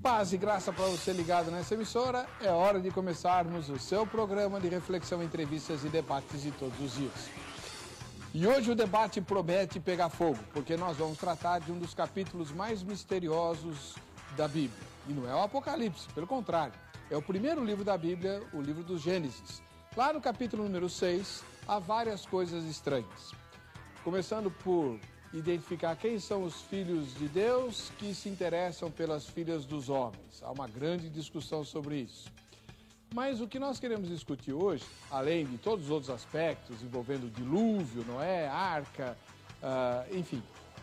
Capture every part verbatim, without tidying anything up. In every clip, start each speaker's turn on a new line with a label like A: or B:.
A: Paz e graça para você ligado nessa emissora. É hora de começarmos o seu programa de reflexão, entrevistas e debates de todos os dias. E hoje o debate promete pegar fogo, porque nós vamos tratar de um dos capítulos mais misteriosos da Bíblia. E não é o Apocalipse, pelo contrário. É o primeiro livro da Bíblia, o livro do Gênesis. Lá no capítulo número seis, há várias coisas estranhas. Começando por identificar quem são os filhos de Deus que se interessam pelas filhas dos homens. Há uma grande discussão sobre isso. Mas o que nós queremos discutir hoje, além de todos os outros aspectos envolvendo o dilúvio, Noé, arca, uh, enfim.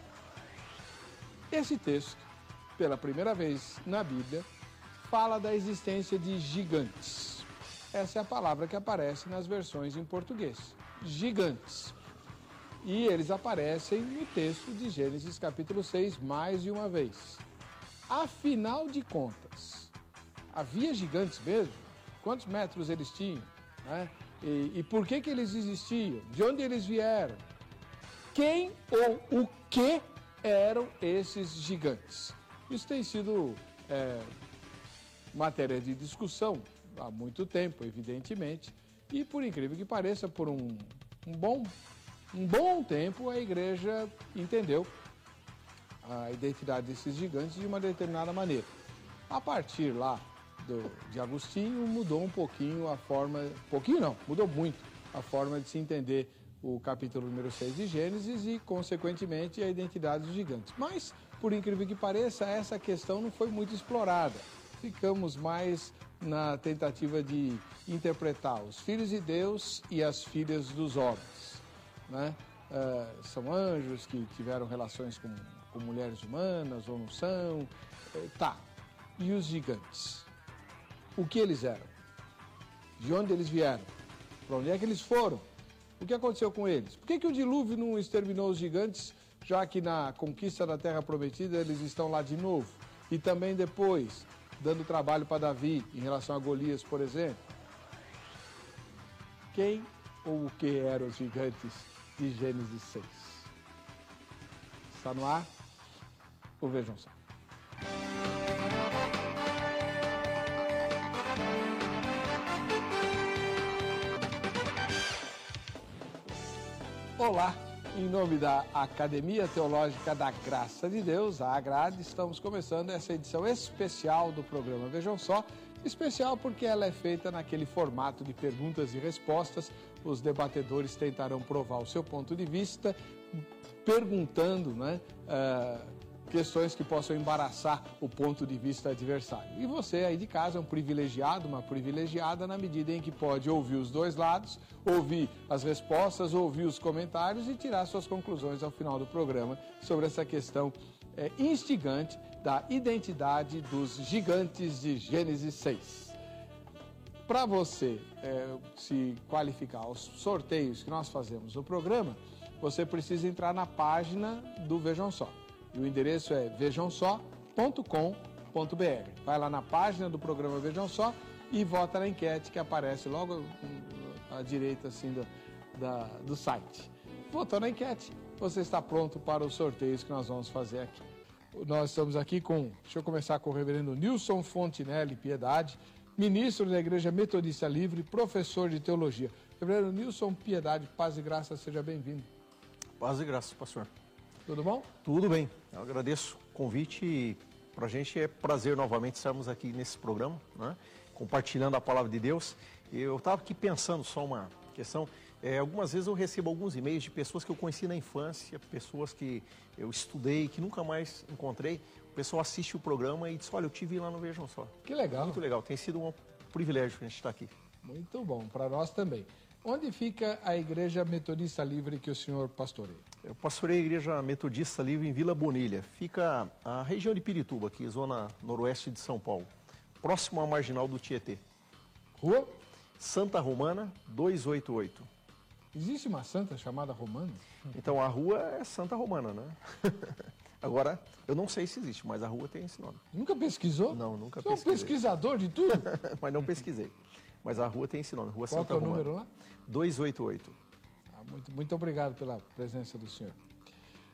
A: Esse texto, pela primeira vez na Bíblia, fala da existência de gigantes. Essa é a palavra que aparece nas versões em português. Gigantes. E eles aparecem no texto de Gênesis capítulo seis mais de uma vez. Afinal de contas, havia gigantes mesmo? Quantos metros eles tinham? Né? E, e por que que eles existiam? De onde eles vieram? Quem ou o que eram esses gigantes? Isso tem sido é, matéria de discussão há muito tempo, evidentemente. E por incrível que pareça, por um, um bom... Um bom tempo a igreja entendeu a identidade desses gigantes de uma determinada maneira. A partir lá do, de Agostinho mudou um pouquinho a forma, pouquinho não, mudou muito a forma de se entender o capítulo número seis de Gênesis e, consequentemente, a identidade dos gigantes. Mas, por incrível que pareça, essa questão não foi muito explorada. Ficamos mais na tentativa de interpretar os filhos de Deus e as filhas dos homens. Né? Uh, são anjos que tiveram relações com, com mulheres humanas ou não são. Uh, tá. E os gigantes? O que eles eram? De onde eles vieram? Para onde é que eles foram? O que aconteceu com eles? Por que que o dilúvio não exterminou os gigantes, já que na conquista da Terra Prometida eles estão lá de novo? E também depois, dando trabalho para Davi em relação a Golias, por exemplo? Quem ou o que eram os gigantes de Gênesis seis? Está no ar? O Vejam Só. Olá, em nome da Academia Teológica da Graça de Deus, a AGRADE, estamos começando essa edição especial do programa Vejam Só. Especial porque ela é feita naquele formato de perguntas e respostas. Os debatedores tentarão provar o seu ponto de vista, perguntando, né, uh, questões que possam embaraçar o ponto de vista adversário. E você aí de casa é um privilegiado, uma privilegiada, na medida em que pode ouvir os dois lados, ouvir as respostas, ouvir os comentários e tirar suas conclusões ao final do programa sobre essa questão é, instigante da identidade dos gigantes de Gênesis seis. Para você é, se qualificar aos sorteios que nós fazemos no programa, você precisa entrar na página do Vejam Só. E o endereço é vejam só ponto com ponto br. Vai lá na página do programa Vejam Só e vota na enquete que aparece logo à direita assim, do, da, do site. Votou na enquete, você está pronto para os sorteios que nós vamos fazer aqui. Nós estamos aqui com, deixa eu começar com o reverendo Nilson Fontinelli Piedade, ministro da Igreja Metodista Livre, professor de teologia. Reverendo Nilson Piedade, paz e graça, seja bem-vindo.
B: Paz e graça, pastor.
A: Tudo bom?
B: Tudo bem, eu agradeço o convite e para a gente é prazer novamente estarmos aqui nesse programa, né, compartilhando a palavra de Deus. Eu estava aqui pensando só uma questão. É, algumas vezes eu recebo alguns e-mails de pessoas que eu conheci na infância, pessoas que eu estudei, que nunca mais encontrei. O pessoal assiste o programa e diz, olha, eu te vi lá no Vejam Só.
A: Que legal.
B: Muito legal, tem sido um privilégio a gente estar aqui.
A: Muito bom, para nós também. Onde fica a Igreja Metodista Livre que o senhor pastoreia?
B: Eu pastorei a Igreja Metodista Livre em Vila Bonilha. Fica a região de Pirituba, aqui, zona noroeste de São Paulo, próximo à marginal do Tietê.
A: Rua?
B: Santa Romana, duzentos e oitenta e oito.
A: Existe uma santa chamada Romana?
B: Então, a rua é Santa Romana, né? Agora, eu não sei se existe, mas a rua tem esse nome.
A: Nunca pesquisou?
B: Não, nunca
A: Você
B: pesquisei.
A: é um pesquisador de tudo?
B: Mas não pesquisei. Mas a rua tem esse nome, Rua
A: Qual
B: Santa
A: é o
B: Romana.
A: número lá?
B: duzentos e oitenta e oito.
A: Ah, muito, muito obrigado pela presença do senhor.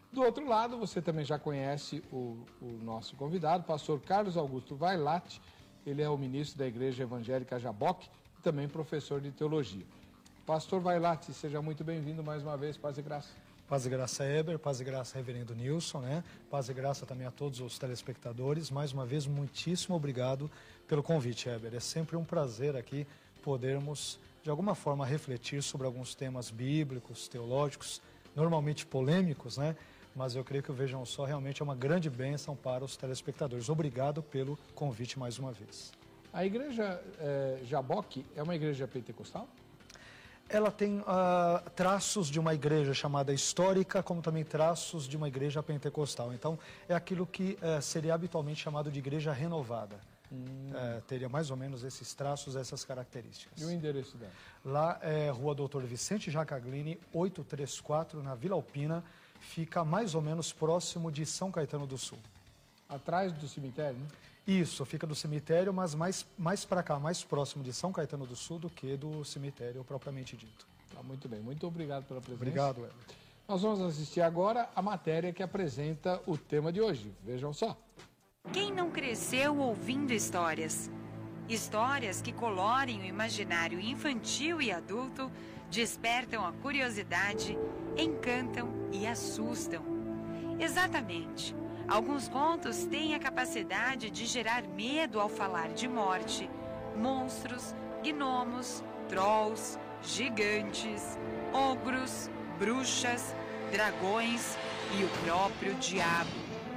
A: Do outro lado, você também já conhece o, o nosso convidado, pastor Carlos Augusto Vailate. Ele é o ministro da Igreja Evangélica Jaboque e também professor de teologia. Pastor Vailate, seja muito bem-vindo mais uma vez, paz e graça.
C: Paz e graça, Heber, paz e graça, reverendo Nilson, né? Paz e graça também a todos os telespectadores. Mais uma vez, muitíssimo obrigado pelo convite, Heber. É sempre um prazer aqui podermos, de alguma forma, refletir sobre alguns temas bíblicos, teológicos, normalmente polêmicos, né? Mas eu creio que o Vejam Só realmente é uma grande bênção para os telespectadores. Obrigado pelo convite mais uma vez.
A: A igreja é, Jaboque é uma igreja pentecostal?
C: Ela tem uh, traços de uma igreja chamada histórica, como também traços de uma igreja pentecostal. Então, é aquilo que uh, seria habitualmente chamado de igreja renovada. Hum. Uh, teria mais ou menos esses traços, essas características.
A: E o endereço dela?
C: Lá é Rua Doutor Vicente Jacaglini, oitocentos e trinta e quatro, na Vila Alpina. Fica mais ou menos próximo de São Caetano do Sul.
A: Atrás do cemitério, né?
C: Isso, fica do cemitério, mas mais, mais para cá, mais próximo de São Caetano do Sul do que do cemitério propriamente dito.
A: Tá, muito bem, muito obrigado pela presença.
C: Obrigado, Heber.
A: Nós vamos assistir agora a matéria que apresenta o tema de hoje. Vejam só.
D: Quem não cresceu ouvindo histórias? Histórias que colorem o imaginário infantil e adulto, despertam a curiosidade, encantam e assustam. Exatamente. Alguns contos têm a capacidade de gerar medo ao falar de morte, monstros, gnomos, trolls, gigantes, ogros, bruxas, dragões e o próprio diabo.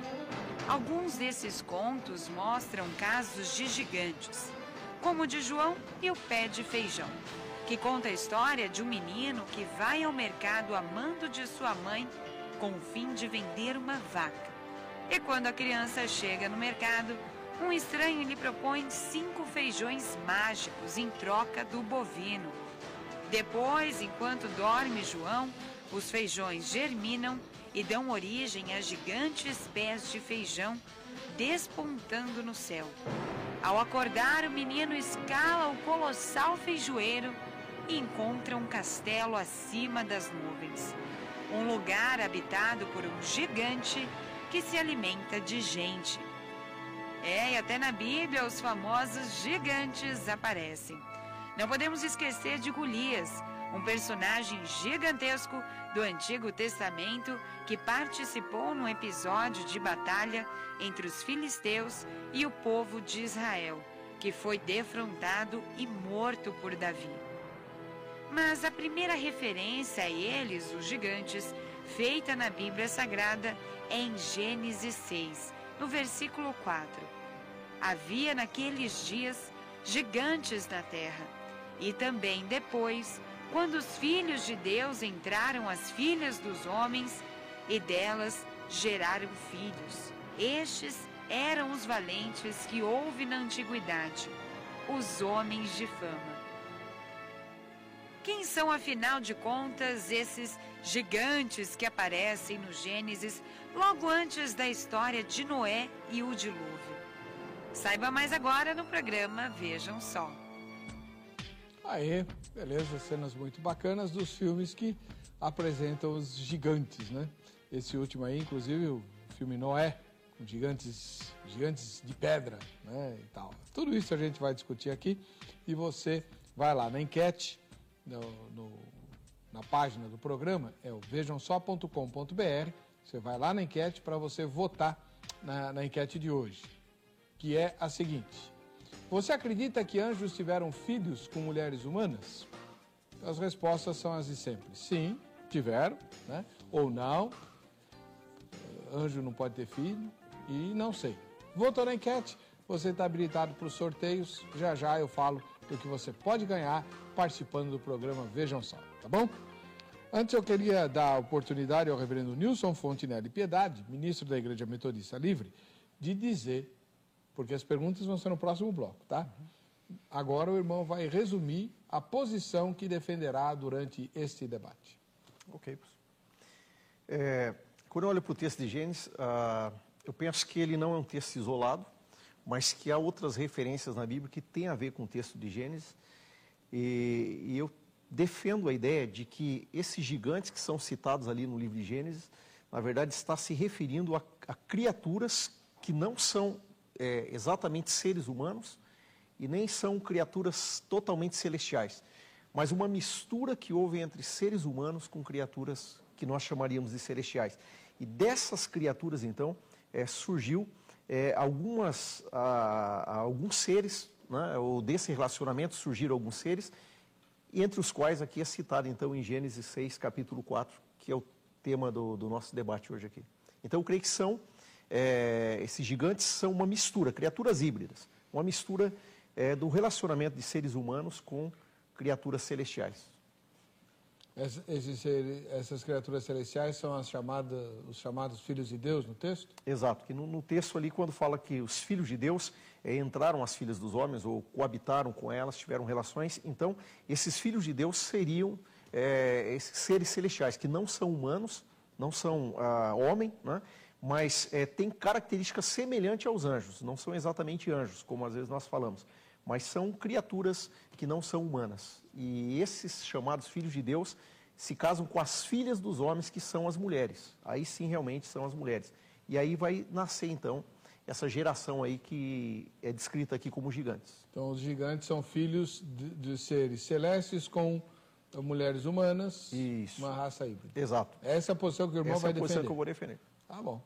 D: Alguns desses contos mostram casos de gigantes, como o de João e o Pé de Feijão, que conta a história de um menino que vai ao mercado amando de sua mãe com o fim de vender uma vaca. E quando a criança chega no mercado, um estranho lhe propõe cinco feijões mágicos em troca do bovino. Depois, enquanto dorme João, os feijões germinam e dão origem a gigantes pés de feijão despontando no céu. Ao acordar, o menino escala o colossal feijoeiro e encontra um castelo acima das nuvens. Um lugar habitado por um gigante que se alimenta de gente. É, e até na Bíblia os famosos gigantes aparecem. Não podemos esquecer de Golias, um personagem gigantesco do Antigo Testamento que participou num episódio de batalha entre os filisteus e o povo de Israel, que foi defrontado e morto por Davi. Mas a primeira referência a eles, os gigantes, feita na Bíblia Sagrada é em Gênesis seis, no versículo quatro. Havia naqueles dias gigantes na terra, e também depois, quando os filhos de Deus entraram as filhas dos homens, e delas geraram filhos. Estes eram os valentes que houve na antiguidade, os homens de fama. Quem são, afinal de contas, esses gigantes que aparecem no Gênesis logo antes da história de Noé e o dilúvio? Saiba mais agora no programa Vejam Só.
A: Aê, beleza, cenas muito bacanas dos filmes que apresentam os gigantes, né? Esse último aí, inclusive, o filme Noé, com gigantes, gigantes de pedra, né, e tal. Tudo isso a gente vai discutir aqui e você vai lá na enquete, no, no, na página do programa, é o vejam só ponto com ponto br, você vai lá na enquete para você votar na, na enquete de hoje, que é a seguinte: você acredita que anjos tiveram filhos com mulheres humanas? As respostas são as de sempre. Sim, tiveram, né? Ou não, anjo não pode ter filho, e não sei. Votou na enquete, você está habilitado para os sorteios, já já eu falo do que você pode ganhar participando do programa Vejam Só, tá bom? Antes eu queria dar a oportunidade ao reverendo Nilson Fontinelli Piedade, ministro da Igreja Metodista Livre, de dizer, porque as perguntas vão ser no próximo bloco, tá? Agora o irmão vai resumir a posição que defenderá durante este debate.
B: Ok, professor. É, quando eu olho para o texto de Gênesis, ah, eu penso que ele não é um texto isolado, mas que há outras referências na Bíblia que têm a ver com o texto de Gênesis. E, e eu defendo a ideia de que esses gigantes que são citados ali no livro de Gênesis na verdade, está se referindo a, a criaturas que não são é, exatamente seres humanos e nem são criaturas totalmente celestiais, mas uma mistura que houve entre seres humanos com criaturas que nós chamaríamos de celestiais. E dessas criaturas, então, é, surgiu é, algumas, a, a, alguns seres, né, ou desse relacionamento surgiram alguns seres, entre os quais aqui é citado, então, em Gênesis seis, capítulo quatro, que é o tema do, do nosso debate hoje aqui. Então, eu creio que são, é, esses gigantes são uma mistura, criaturas híbridas, uma mistura é, do relacionamento de seres humanos com criaturas celestiais.
A: Essa, esses seres, essas criaturas celestiais são as chamadas, os chamados filhos de Deus no texto?
B: Exato, que no, no texto ali, quando fala que os filhos de Deus é, entraram as filhas dos homens, ou coabitaram com elas, tiveram relações, então, esses filhos de Deus seriam é, esses seres celestiais, que não são humanos, não são ah, homem, né, mas é, têm características semelhantes aos anjos, não são exatamente anjos, como às vezes nós falamos, mas são criaturas que não são humanas. E esses chamados filhos de Deus se casam com as filhas dos homens, que são as mulheres. Aí sim, realmente, são as mulheres. E aí vai nascer, então, essa geração aí que é descrita aqui como gigantes.
A: Então, os gigantes são filhos de, de seres celestes com mulheres humanas,
B: Isso.
A: uma raça híbrida.
B: Exato.
A: Essa é a posição que o irmão
B: Essa
A: vai
B: é a
A: defender.
B: posição que eu vou defender.
A: Tá bom.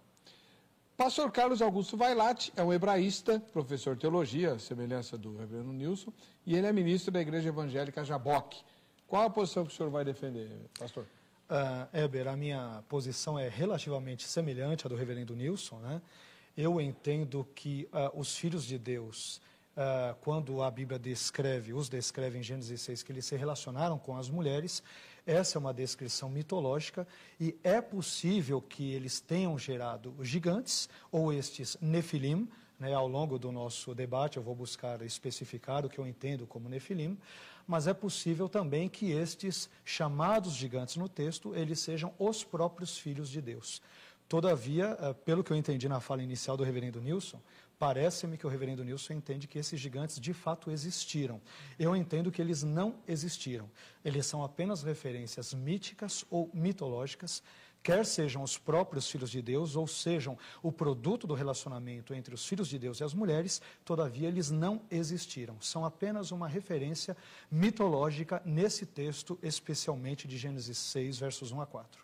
A: Pastor Carlos Augusto Vailate é um hebraísta, professor de teologia, semelhança do reverendo Nilson, e ele é ministro da Igreja Evangélica Jaboque. Qual a posição que o senhor vai defender, pastor?
C: Uh, Heber, a minha posição é relativamente semelhante à do reverendo Nilson, né? Eu entendo que uh, os filhos de Deus, uh, quando a Bíblia descreve, os descreve em Gênesis seis, que eles se relacionaram com as mulheres, essa é uma descrição mitológica e é possível que eles tenham gerado gigantes ou estes nefilim, né? Ao longo do nosso debate eu vou buscar especificar o que eu entendo como nefilim, mas é possível também que estes chamados gigantes no texto, eles sejam os próprios filhos de Deus. Todavia, pelo que eu entendi na fala inicial do reverendo Nilson, parece-me que o reverendo Nilson entende que esses gigantes de fato existiram. Eu entendo que eles não existiram. Eles são apenas referências míticas ou mitológicas, quer sejam os próprios filhos de Deus, ou sejam o produto do relacionamento entre os filhos de Deus e as mulheres, todavia eles não existiram. São apenas uma referência mitológica nesse texto, especialmente de Gênesis seis, versos um a quatro.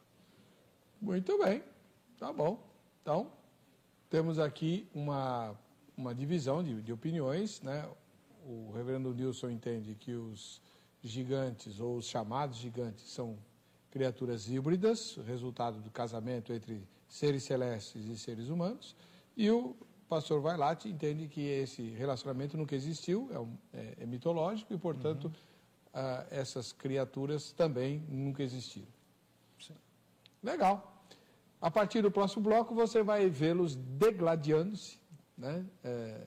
A: Muito bem, tá bom. Então, temos aqui uma, uma divisão de, de opiniões, né? O reverendo Nilson entende que os gigantes, ou os chamados gigantes, são criaturas híbridas, resultado do casamento entre seres celestes e seres humanos, e o pastor Vailate entende que esse relacionamento nunca existiu, é, um, é, é mitológico e, portanto, uhum. ah, essas criaturas também nunca existiram. Sim. Legal. A partir do próximo bloco, você vai vê-los degladiando-se, né, é,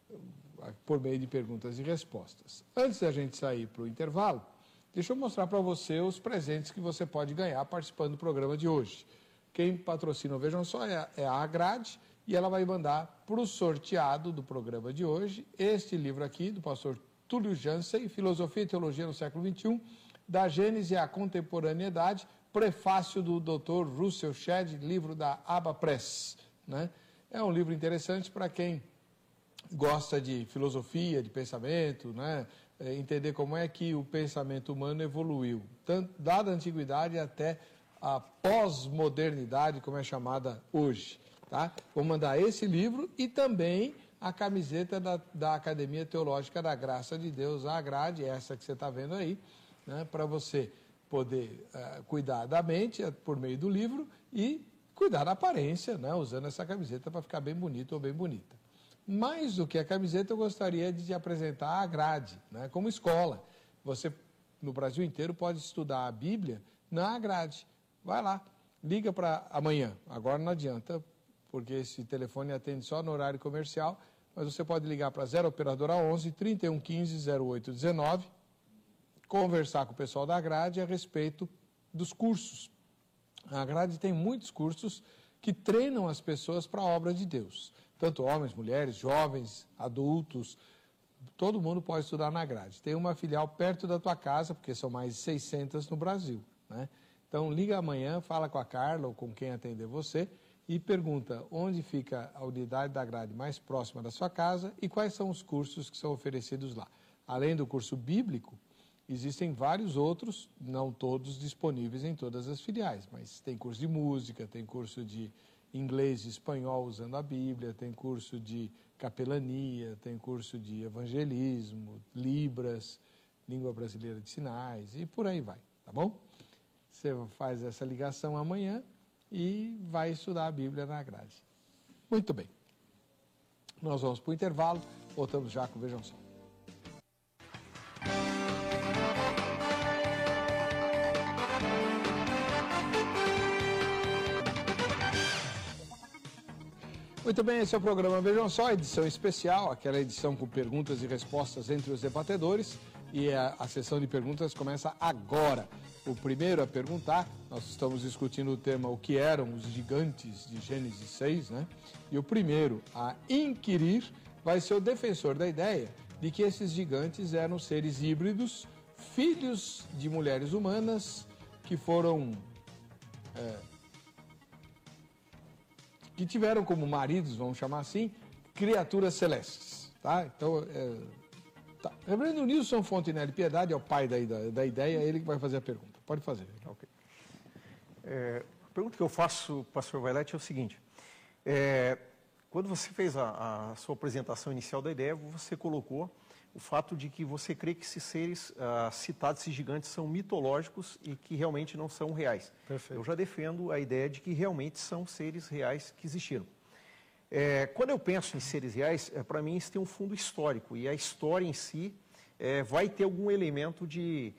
A: por meio de perguntas e respostas. Antes da gente sair para o intervalo, deixa eu mostrar para você os presentes que você pode ganhar participando do programa de hoje. Quem patrocina o Vejam Só é, é a Agrade, e ela vai mandar para o sorteado do programa de hoje este livro aqui, do pastor Túlio Jansen, Filosofia e Teologia no século vinte e um, da Gênese à Contemporaneidade, prefácio do doutor Russell Shedd, livro da Abba Press, né? É um livro interessante para quem gosta de filosofia, de pensamento, né? É, entender como é que o pensamento humano evoluiu, tanto dada a antiguidade até a pós-modernidade, como é chamada hoje. Tá? Vou mandar esse livro e também a camiseta da, da Academia Teológica da Graça de Deus, a Agrade, essa que você está vendo aí, né? Para você poder uh, cuidar da mente por meio do livro e cuidar da aparência, né? Usando essa camiseta para ficar bem bonito ou bem bonita. Mais do que a camiseta, eu gostaria de te apresentar a Agrade, né? Como escola. Você, no Brasil inteiro, pode estudar a Bíblia na Agrade. Vai lá, liga para amanhã. Agora não adianta, porque esse telefone atende só no horário comercial, mas você pode ligar para zero Operadora onze, trinta e um quinze, zero oito dezenove, conversar com o pessoal da Agrade a respeito dos cursos. A Agrade tem muitos cursos que treinam as pessoas para a obra de Deus. Tanto homens, mulheres, jovens, adultos, todo mundo pode estudar na Agrade. Tem uma filial perto da tua casa, porque são mais de seiscentas no Brasil, né? Então, liga amanhã, fala com a Carla ou com quem atender você e pergunta onde fica a unidade da grade mais próxima da sua casa e quais são os cursos que são oferecidos lá. Além do curso bíblico, existem vários outros, não todos disponíveis em todas as filiais, mas tem curso de música, tem curso de inglês e espanhol usando a Bíblia, tem curso de capelania, tem curso de evangelismo, Libras, língua brasileira de sinais e por aí vai, tá bom? Você faz essa ligação amanhã e vai estudar a Bíblia na grade. Muito bem. Nós vamos para o intervalo, voltamos já com Vejam Só. Muito bem, esse é o programa Vejam Só, edição especial, aquela edição com perguntas e respostas entre os debatedores. E a, a sessão de perguntas começa agora. O primeiro a perguntar, nós estamos discutindo o tema o que eram os gigantes de Gênesis seis, né? E o primeiro a inquirir vai ser o defensor da ideia de que esses gigantes eram seres híbridos, filhos de mulheres humanas que foram... É, que tiveram como maridos, vamos chamar assim, criaturas celestes, tá? Então, é, tá. Reverendo Nilson Fontenelle Piedade é o pai da, da, da ideia, é ele que vai fazer a pergunta. Pode fazer.
B: Okay. É, a pergunta que eu faço, pastor Vailete, é o seguinte. É, quando você fez a, a sua apresentação inicial da ideia, você colocou o fato de que você crê que esses seres ah, citados, esses gigantes, são mitológicos e que realmente não são reais.
C: Perfeito.
B: Eu já defendo a ideia de que realmente são seres reais que existiram. É, quando eu penso em seres reais, é, para mim isso tem um fundo histórico, e a história em si é, vai ter algum elemento de,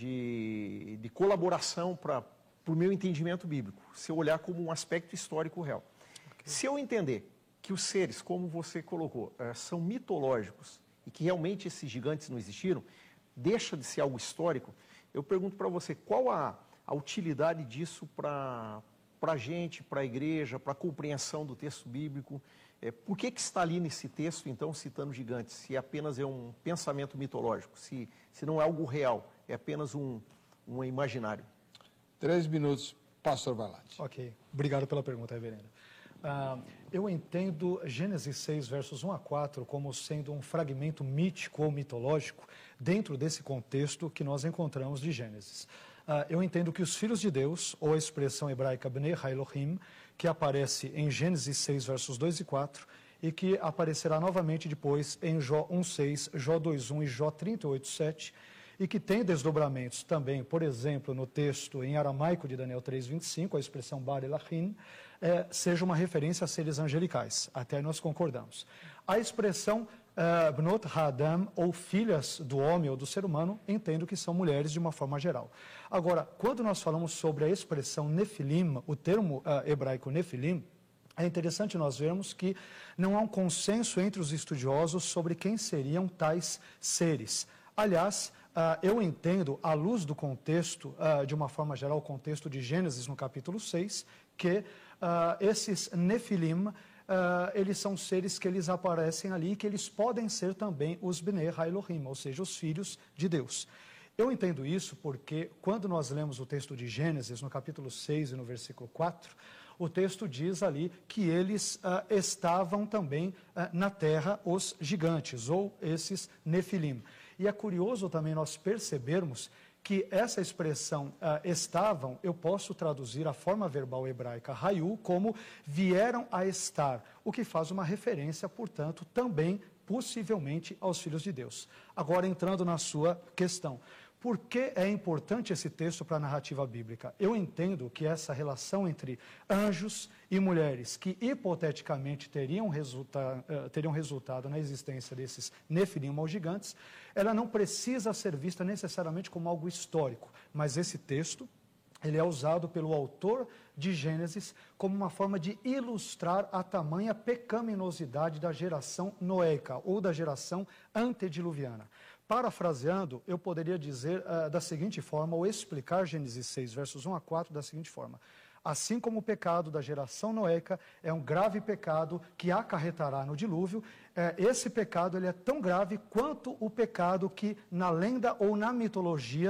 B: de, de colaboração para o meu entendimento bíblico, se eu olhar como um aspecto histórico real. Okay. Se eu entender que os seres, como você colocou, é, são mitológicos, e que realmente esses gigantes não existiram, deixa de ser algo histórico, eu pergunto para você, qual a, a utilidade disso para a gente, para a igreja, para a compreensão do texto bíblico? É, por que que está ali nesse texto, então, citando gigantes, se apenas é um pensamento mitológico, se, se não é algo real, é apenas um, um imaginário?
A: Três minutos, pastor Vailate.
C: Ok, obrigado pela pergunta, reverendo. Uh, eu entendo Gênesis seis, versos um a quatro, como sendo um fragmento mítico ou mitológico dentro desse contexto que nós encontramos de Gênesis. Uh, eu entendo que os filhos de Deus, ou a expressão hebraica Bnei Elohim, que aparece em Gênesis seis, versos dois e quatro, e que aparecerá novamente depois em Jó um, seis, Jó dois, um e Jó trinta e oito, sete, e que tem desdobramentos também, por exemplo, no texto em aramaico de Daniel três, vinte e cinco, a expressão Bar Elahim, é, seja uma referência a seres angelicais. Até aí nós concordamos. A expressão uh, Bnot Ha'adam, ou filhas do homem ou do ser humano, entendo que são mulheres de uma forma geral. Agora, quando nós falamos sobre a expressão Nefilim, o termo uh, hebraico Nefilim, é interessante nós vermos que não há um consenso entre os estudiosos sobre quem seriam tais seres. Aliás, Uh, eu entendo, à luz do contexto, uh, de uma forma geral, o contexto de Gênesis no capítulo seis, que uh, esses Nefilim, uh, eles são seres que eles aparecem ali, que eles podem ser também os Bnei Elohim, ou seja, os filhos de Deus. Eu entendo isso porque, quando nós lemos o texto de Gênesis, no capítulo seis e no versículo quatro, o texto diz ali que eles uh, estavam também uh, na terra, os gigantes, ou esses Nefilim. E é curioso também nós percebermos que essa expressão uh, estavam, eu posso traduzir a forma verbal hebraica hayu como vieram a estar, o que faz uma referência, portanto, também possivelmente aos filhos de Deus. Agora, entrando na sua questão. Por que é importante esse texto para a narrativa bíblica? Eu entendo que essa relação entre anjos e mulheres, que hipoteticamente teriam, resulta, uh, teriam resultado na existência desses nefilim ou gigantes, ela não precisa ser vista necessariamente como algo histórico, mas esse texto, ele é usado pelo autor de Gênesis como uma forma de ilustrar a tamanha pecaminosidade da geração noéica, ou da geração antediluviana. Parafraseando, eu poderia dizer uh, da seguinte forma, ou explicar Gênesis seis, versos um a quatro, da seguinte forma. Assim como o pecado da geração noéica é um grave pecado que acarretará no dilúvio, eh, esse pecado ele é tão grave quanto o pecado que na lenda ou na mitologia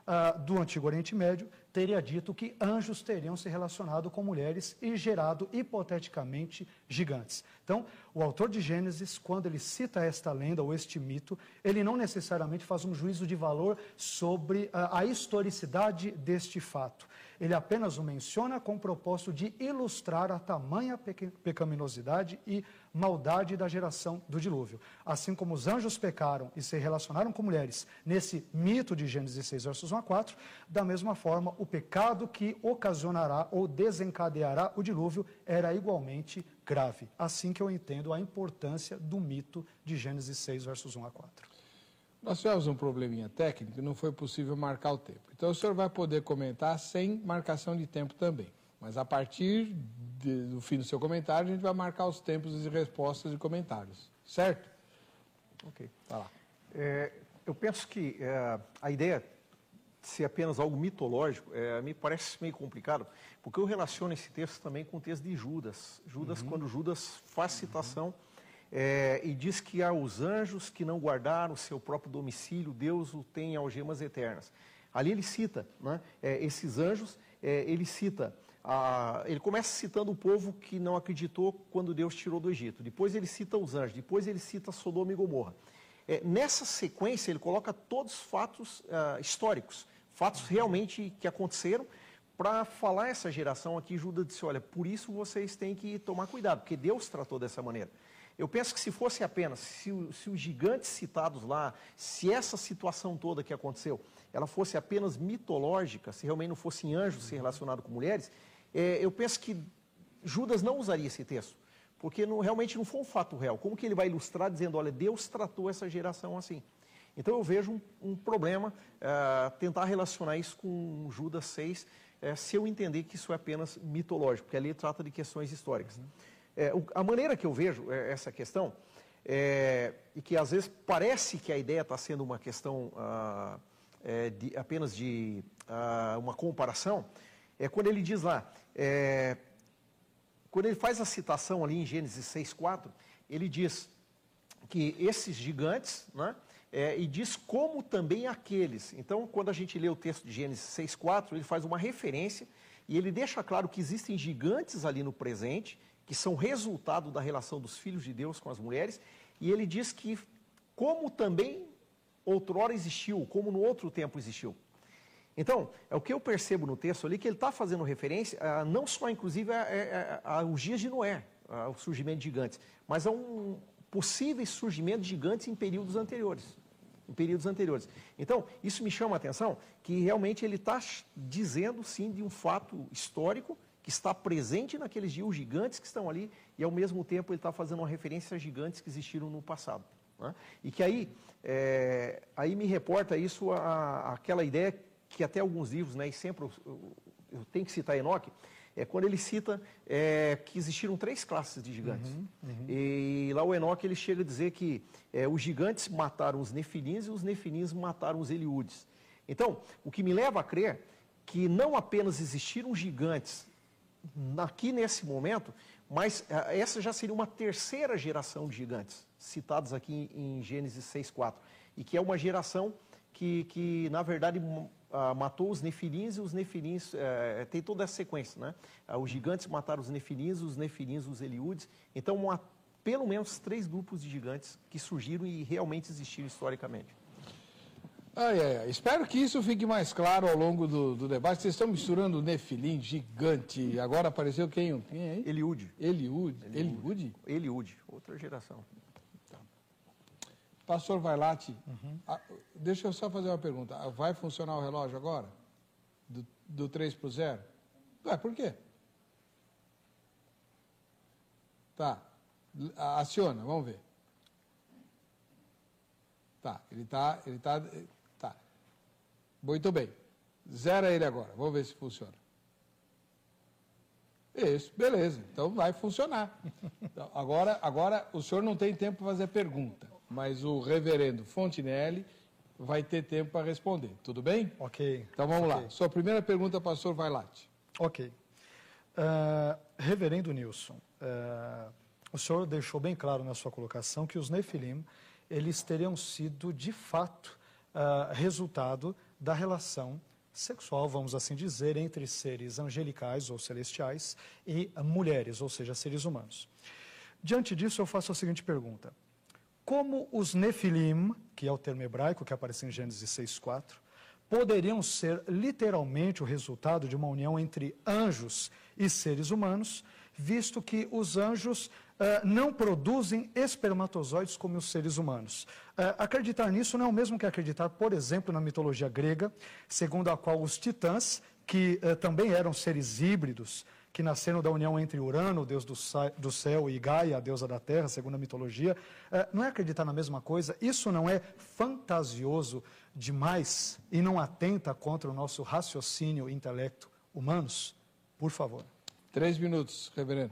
C: uh, do Antigo Oriente Médio teria dito que anjos teriam se relacionado com mulheres e gerado, hipoteticamente, gigantes. Então, o autor de Gênesis, quando ele cita esta lenda ou este mito, ele não necessariamente faz um juízo de valor sobre a, a historicidade deste fato. Ele apenas o menciona com o propósito de ilustrar a tamanha peque, pecaminosidade e maldade da geração do dilúvio. Assim como os anjos pecaram e se relacionaram com mulheres nesse mito de Gênesis seis, versos um a quatro, da mesma forma, o pecado que ocasionará ou desencadeará o dilúvio era igualmente grave. Assim que eu entendo a importância do mito de Gênesis seis, versos um a quatro.
A: Nós tivemos um probleminha técnico e não foi possível marcar o tempo. Então o senhor vai poder comentar sem marcação de tempo também. Mas a partir de, do fim do seu comentário, a gente vai marcar os tempos de respostas e comentários. Certo?
B: Ok.
A: Tá lá.
B: É, eu penso que é, a ideia de ser apenas algo mitológico é, me parece meio complicado, porque eu relaciono esse texto também com o texto de Judas. Judas, uhum. quando Judas faz citação é, e diz que aos anjos que não guardaram o seu próprio domicílio, Deus o tem em algemas eternas. Ali ele cita, né, é, esses anjos, é, ele cita, a, ele começa citando o povo que não acreditou quando Deus tirou do Egito. Depois ele cita os anjos, depois ele cita Sodoma e Gomorra. É, nessa sequência ele coloca todos os fatos uh, históricos, fatos realmente que aconteceram, para falar essa geração aqui. Judas disse, olha, por isso vocês têm que tomar cuidado, porque Deus tratou dessa maneira. Eu penso que se fosse apenas, se, se os gigantes citados lá, se essa situação toda que aconteceu, ela fosse apenas mitológica, se realmente não fossem anjos se relacionados com mulheres, é, eu penso que Judas não usaria esse texto, porque não, realmente não foi um fato real. Como que ele vai ilustrar dizendo, olha, Deus tratou essa geração assim? Então eu vejo um, um problema, uh, tentar relacionar isso com Judas seis, uh, se eu entender que isso é apenas mitológico, porque ali trata de questões históricas. Uhum. É, o, a maneira que eu vejo é, essa questão, é, e que às vezes parece que a ideia está sendo uma questão ah, é, de, apenas de ah, uma comparação, é quando ele diz lá, é, quando ele faz a citação ali em Gênesis seis, quatro, ele diz que esses gigantes, né, é, e diz como também aqueles. Então, quando a gente lê o texto de Gênesis seis, quatro, ele faz uma referência e ele deixa claro que existem gigantes ali no presente, que são resultado da relação dos filhos de Deus com as mulheres, e ele diz que como também outrora existiu, como no outro tempo existiu. Então, é o que eu percebo no texto ali, que ele está fazendo referência, a, não só inclusive aos dias de Noé, ao surgimento de gigantes, mas a um possíveis surgimento de gigantes em períodos anteriores. Em períodos anteriores. Então, isso me chama a atenção, que realmente ele está dizendo, sim, de um fato histórico, que está presente naqueles dias, os gigantes que estão ali, e ao mesmo tempo ele está fazendo uma referência a gigantes que existiram no passado. Né? E que aí, é, aí me reporta isso a, a, aquela ideia que até alguns livros, né, e sempre eu, eu, eu tenho que citar Enoque, é quando ele cita é, que existiram três classes de gigantes. Uhum, uhum. E lá o Enoque ele chega a dizer que é, os gigantes mataram os nefilins e os nefilins mataram os eliúdes. Então, o que me leva a crer que não apenas existiram gigantes aqui nesse momento, mas essa já seria uma terceira geração de gigantes, citados aqui em Gênesis seis, quatro, e que é uma geração que, que na verdade, matou os nefilins, e os nefilins, é, tem toda essa sequência, né? Os gigantes mataram os nefilins, os nefilins, os eliúdes, então há pelo menos três grupos de gigantes que surgiram e realmente existiram historicamente.
A: Ai, ai, ai. Espero que isso fique mais claro ao longo do, do debate. Vocês estão misturando Nefilim, gigante. Agora apareceu quem? Quem é aí?
B: Eliúde.
A: Eliúde. Eliúde?
B: Eliúde, outra geração.
A: Tá. Pastor Vailate, uhum. ah, deixa eu só fazer uma pergunta. Vai funcionar o relógio agora? Do, do três para o zero? Ué, por quê? Tá. Aciona, vamos ver. Tá, ele está... Ele tá, tá. Muito bem. Zera ele agora. Vamos ver se funciona. Isso, beleza. Então vai funcionar. Então, agora, agora o senhor não tem tempo para fazer pergunta, mas o reverendo Fontinelli vai ter tempo para responder. Tudo bem?
C: Ok.
A: Então vamos
C: okay.
A: lá. Sua primeira pergunta, pastor Vailate.
C: Ok. Uh, reverendo Nilson, uh, o senhor deixou bem claro na sua colocação que os Nefilim, eles teriam sido, de fato, uh, resultado da relação sexual, vamos assim dizer, entre seres angelicais ou celestiais e mulheres, ou seja, seres humanos. Diante disso, eu faço a seguinte pergunta. Como os Nefilim, que é o termo hebraico que aparece em Gênesis seis, quatro, poderiam ser literalmente o resultado de uma união entre anjos e seres humanos, visto que os anjos uh, não produzem espermatozoides como os seres humanos? Uh, acreditar nisso não é o mesmo que acreditar, por exemplo, na mitologia grega, segundo a qual os titãs, que uh, também eram seres híbridos, que nasceram da união entre Urano, o deus do, do céu, e Gaia, a deusa da terra, segundo a mitologia, uh, não é acreditar na mesma coisa? Isso não é fantasioso demais e não atenta contra o nosso raciocínio e intelecto humanos? Por favor.
A: Três minutos, reverendo.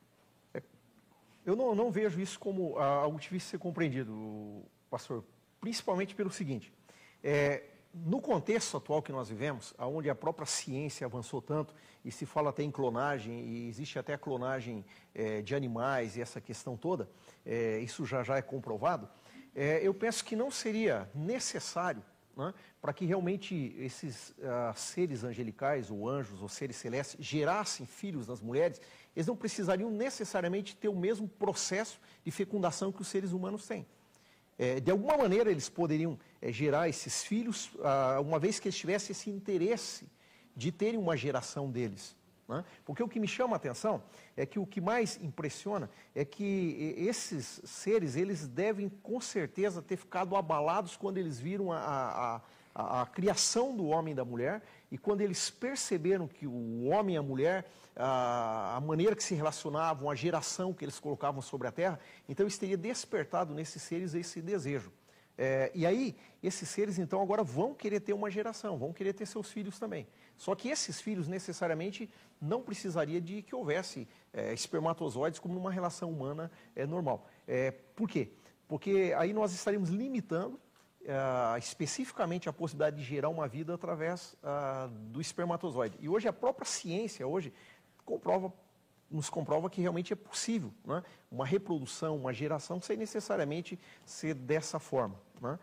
B: Eu não, não vejo isso como ah, algo difícil de ser compreendido, pastor, principalmente pelo seguinte, é, no contexto atual que nós vivemos, onde a própria ciência avançou tanto, e se fala até em clonagem, e existe até a clonagem é, de animais e essa questão toda, é, isso já já é comprovado, é, eu penso que não seria necessário, né, para que realmente esses uh, seres angelicais, ou anjos, ou seres celestes, gerassem filhos nas mulheres, eles não precisariam necessariamente ter o mesmo processo de fecundação que os seres humanos têm. É, de alguma maneira eles poderiam é, gerar esses filhos, uh, uma vez que eles tivessem esse interesse de terem uma geração deles. Né? Porque o que me chama a atenção é que o que mais impressiona é que esses seres, eles devem com certeza ter ficado abalados quando eles viram a, a, a, a criação do homem e da mulher, e quando eles perceberam que o homem e a mulher, a, a maneira que se relacionavam, a geração que eles colocavam sobre a terra, então isso teria despertado nesses seres esse desejo. É, e aí, esses seres, então, agora vão querer ter uma geração, vão querer ter seus filhos também. Só que esses filhos, necessariamente, não precisaria de que houvesse é, espermatozoides como numa relação humana é, normal. É, por quê? Porque aí nós estaríamos limitando é, especificamente a possibilidade de gerar uma vida através é, do espermatozoide. E hoje a própria ciência, hoje, comprova nos comprova que realmente é possível, né, uma reprodução, uma geração, sem necessariamente ser dessa forma. Né?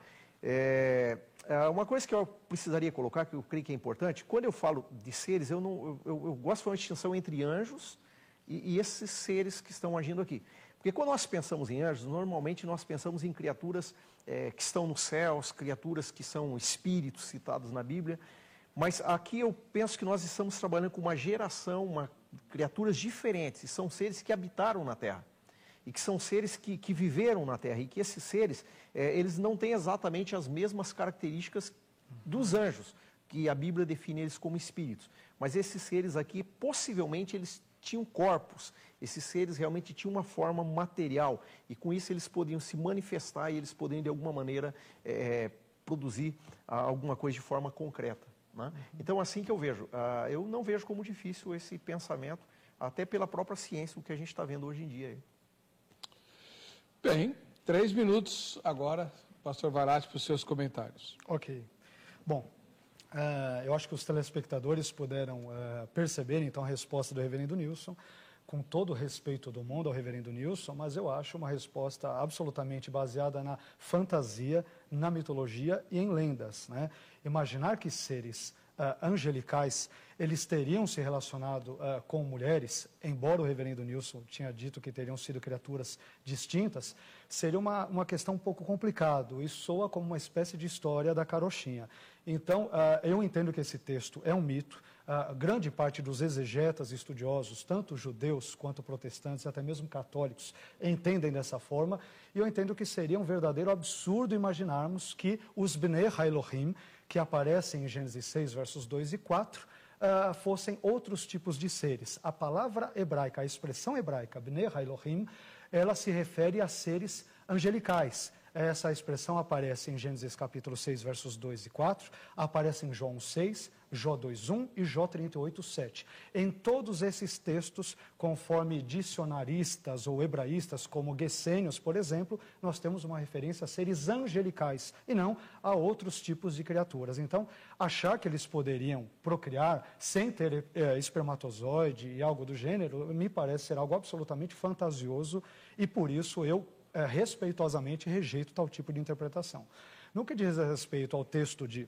B: É, uma coisa que eu precisaria colocar, que eu creio que é importante, quando eu falo de seres, eu, não, eu, eu gosto de fazer uma distinção entre anjos e, e esses seres que estão agindo aqui. Porque quando nós pensamos em anjos, normalmente nós pensamos em criaturas é, que estão nos céus, criaturas que são espíritos citados na Bíblia, mas aqui eu penso que nós estamos trabalhando com uma geração, uma criaturas diferentes, e são seres que habitaram na Terra, e que são seres que, que viveram na Terra, e que esses seres, é, eles não têm exatamente as mesmas características dos anjos, que a Bíblia define eles como espíritos, mas esses seres aqui, possivelmente, eles tinham corpos, esses seres realmente tinham uma forma material, e com isso eles podiam se manifestar, e eles poderiam, de alguma maneira, é, produzir ah, alguma coisa de forma concreta. Né? Então, assim que eu vejo, uh, eu não vejo como difícil esse pensamento, até pela própria ciência, o que a gente está vendo hoje em dia.
A: Bem, três minutos agora, pastor Varatti, para os seus comentários.
C: Ok. Bom, uh, eu acho que os telespectadores puderam uh, perceber, então, a resposta do reverendo Nilson, com todo o respeito do mundo ao reverendo Nilson, mas eu acho uma resposta absolutamente baseada na fantasia, na mitologia e em lendas, né? Imaginar que seres uh, angelicais, eles teriam se relacionado uh, com mulheres, embora o reverendo Nilson tinha dito que teriam sido criaturas distintas, seria uma, uma questão um pouco complicada, e soa como uma espécie de história da carochinha. Então, uh, eu entendo que esse texto é um mito. Uh, grande parte dos exegetas e estudiosos, tanto judeus quanto protestantes, até mesmo católicos, entendem dessa forma, e eu entendo que seria um verdadeiro absurdo imaginarmos que os Bnei Elohim, que aparecem em Gênesis seis, versos dois e quatro, uh, fossem outros tipos de seres. A palavra hebraica, a expressão hebraica, Bnei Elohim, ela se refere a seres angelicais. Essa expressão aparece em Gênesis capítulo seis, versos dois e quatro, aparece em João seis, Jó dois, um e Jó trinta e oito, sete. Em todos esses textos, conforme dicionaristas ou hebraístas, como Gessênios, por exemplo, nós temos uma referência a seres angelicais e não a outros tipos de criaturas. Então, achar que eles poderiam procriar sem ter é, espermatozoide e algo do gênero, me parece ser algo absolutamente fantasioso e, por isso, eu é, respeitosamente rejeito tal tipo de interpretação. No que diz respeito ao texto de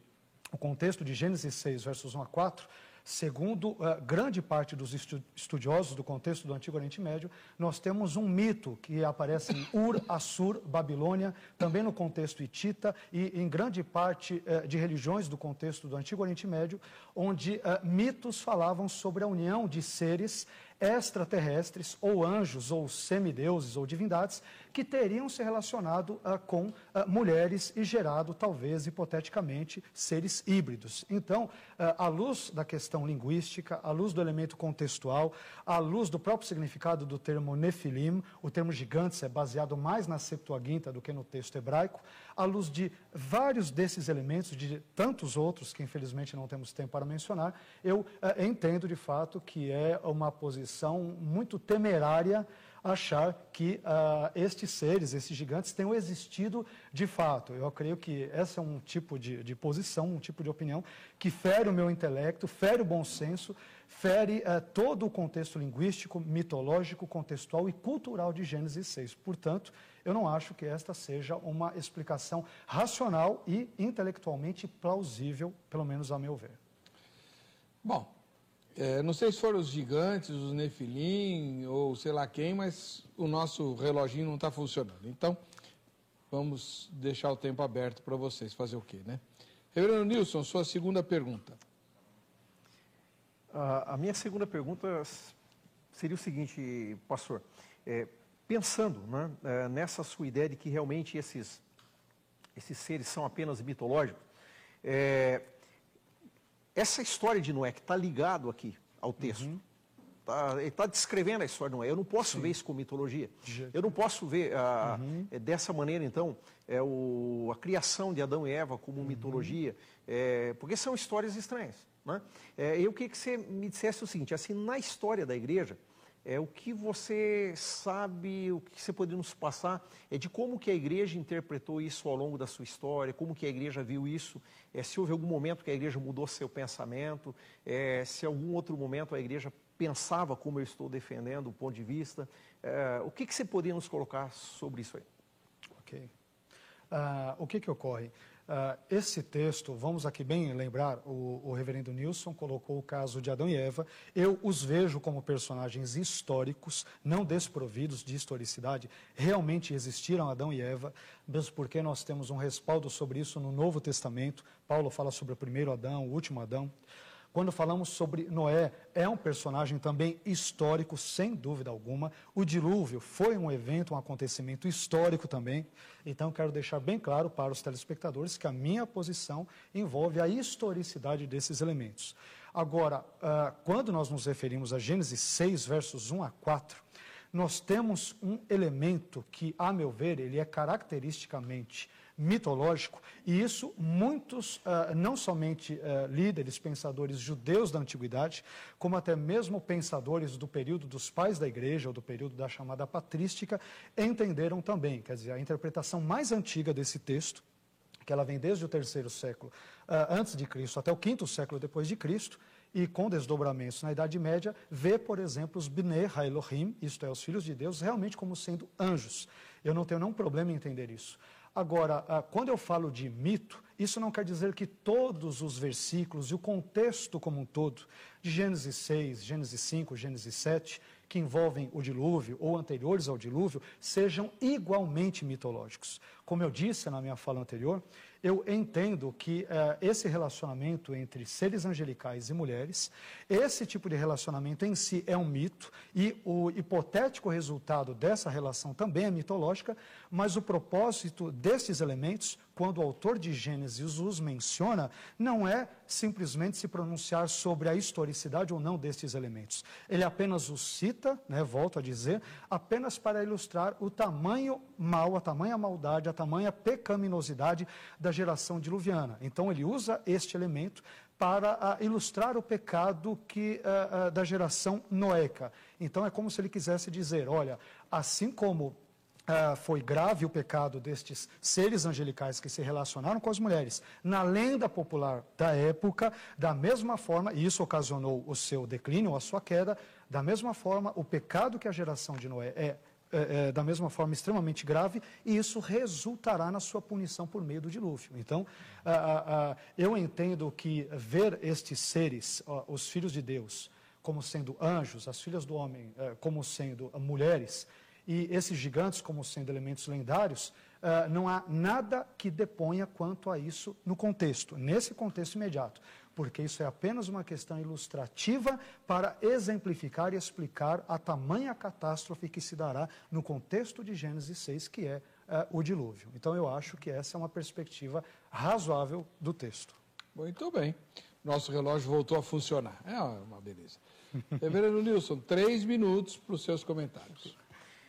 C: o contexto de Gênesis seis, versos um a quatro, segundo uh, grande parte dos estu estudiosos do contexto do Antigo Oriente Médio, nós temos um mito que aparece em Ur, Assur, Babilônia, também no contexto hitita e em grande parte uh, de religiões do contexto do Antigo Oriente Médio, onde uh, mitos falavam sobre a união de seres extraterrestres, ou anjos, ou semideuses, ou divindades, que teriam se relacionado uh, com uh, mulheres e gerado, talvez, hipoteticamente, seres híbridos. Então, uh, à luz da questão linguística, à luz do elemento contextual, à luz do próprio significado do termo Nefilim, o termo gigantes é baseado mais na Septuaginta do que no texto hebraico, à luz de vários desses elementos, de tantos outros que, infelizmente, não temos tempo para mencionar, eu uh, entendo, de fato, que é uma posição muito temerária achar que uh, estes seres, esses gigantes, tenham existido de fato. Eu creio que essa é um tipo de, de posição, um tipo de opinião que fere o meu intelecto, fere o bom senso, fere uh, todo o contexto linguístico, mitológico, contextual e cultural de Gênesis seis. Portanto, eu não acho que esta seja uma explicação racional e intelectualmente plausível, pelo menos a meu ver.
A: Bom, É, não sei se foram os gigantes, os nefilim ou sei lá quem, mas o nosso reloginho não está funcionando. Então, vamos deixar o tempo aberto para vocês fazer o quê, né? Reverendo Nilson, sua segunda pergunta.
B: A, a minha segunda pergunta seria o seguinte, pastor. É, pensando, né, é, nessa sua ideia de que realmente esses, esses seres são apenas mitológicos, é, essa história de Noé, que está ligado aqui ao texto, uhum. tá, ele está descrevendo a história de Noé. Eu não posso Sim. ver isso como mitologia. Eu não posso ver a, uhum. é, dessa maneira, então, é, o, a criação de Adão e Eva como uhum. mitologia, é, porque são histórias estranhas. Né? É, eu queria que você me dissesse o seguinte, assim, na história da igreja, é, o que você sabe, o que você poderia nos passar é de como que a igreja interpretou isso ao longo da sua história, como que a igreja viu isso, é, se houve algum momento que a igreja mudou seu pensamento, é, se em algum outro momento a igreja pensava como eu estou defendendo o ponto de vista, é, o que, que você poderia nos colocar sobre isso aí?
C: Ok. Uh, o que que ocorre? Uh, esse texto, vamos aqui bem lembrar, o, o reverendo Nilson colocou o caso de Adão e Eva. Eu os vejo como personagens históricos, não desprovidos de historicidade. Realmente existiram Adão e Eva, mesmo porque nós temos um respaldo sobre isso no Novo Testamento. Paulo fala sobre o primeiro Adão, o último Adão. Quando falamos sobre Noé, é um personagem também histórico, sem dúvida alguma. O dilúvio foi um evento, um acontecimento histórico também. Então, quero deixar bem claro para os telespectadores que a minha posição envolve a historicidade desses elementos. Agora, uh, quando nós nos referimos a Gênesis seis, versos um a quatro, nós temos um elemento que, a meu ver, ele é caracteristicamente mitológico, e isso muitos, uh, não somente uh, líderes, pensadores judeus da antiguidade, como até mesmo pensadores do período dos pais da igreja, ou do período da chamada patrística, entenderam também. Quer dizer, a interpretação mais antiga desse texto, que ela vem desde o terceiro século uh, antes de Cristo até o quinto século depois de Cristo, e com desdobramentos na Idade Média, vê, por exemplo, os Bnei HaElohim, isto é, os filhos de Deus, realmente como sendo anjos. Eu não tenho nenhum problema em entender isso. Agora, quando eu falo de mito, isso não quer dizer que todos os versículos e o contexto como um todo, de Gênesis seis, Gênesis cinco, Gênesis sete, que envolvem o dilúvio ou anteriores ao dilúvio, sejam igualmente mitológicos. Como eu disse na minha fala anterior, eu entendo que eh, esse relacionamento entre seres angelicais e mulheres, esse tipo de relacionamento em si é um mito, e o hipotético resultado dessa relação também é mitológica, mas o propósito desses elementos, quando o autor de Gênesis os menciona, não é simplesmente se pronunciar sobre a historicidade ou não destes elementos. Ele apenas os cita, né, volto a dizer, apenas para ilustrar o tamanho mal, a tamanha maldade, a tamanha pecaminosidade da geração diluviana. Então ele usa este elemento para uh, ilustrar o pecado que, uh, uh, da geração noéca. Então é como se ele quisesse dizer, olha, assim como Uh, foi grave o pecado destes seres angelicais que se relacionaram com as mulheres na lenda popular da época, da mesma forma, e isso ocasionou o seu declínio, a sua queda, da mesma forma, o pecado que a geração de Noé é é, é, da mesma forma extremamente grave, e isso resultará na sua punição por meio do dilúvio. Então, ah, ah, ah, eu entendo que ver estes seres, ó, os filhos de Deus, como sendo anjos, as filhas do homem eh, como sendo ah, mulheres, e esses gigantes como sendo elementos lendários, ah, não há nada que deponha quanto a isso no contexto, nesse contexto imediato, porque isso é apenas uma questão ilustrativa para exemplificar e explicar a tamanha catástrofe que se dará no contexto de Gênesis seis, que é ah, o dilúvio. Então eu acho que essa é uma perspectiva razoável do texto.
A: Muito bem. Nosso relógio voltou a funcionar. É uma beleza. Reverendo Nilson, três minutos para os seus comentários.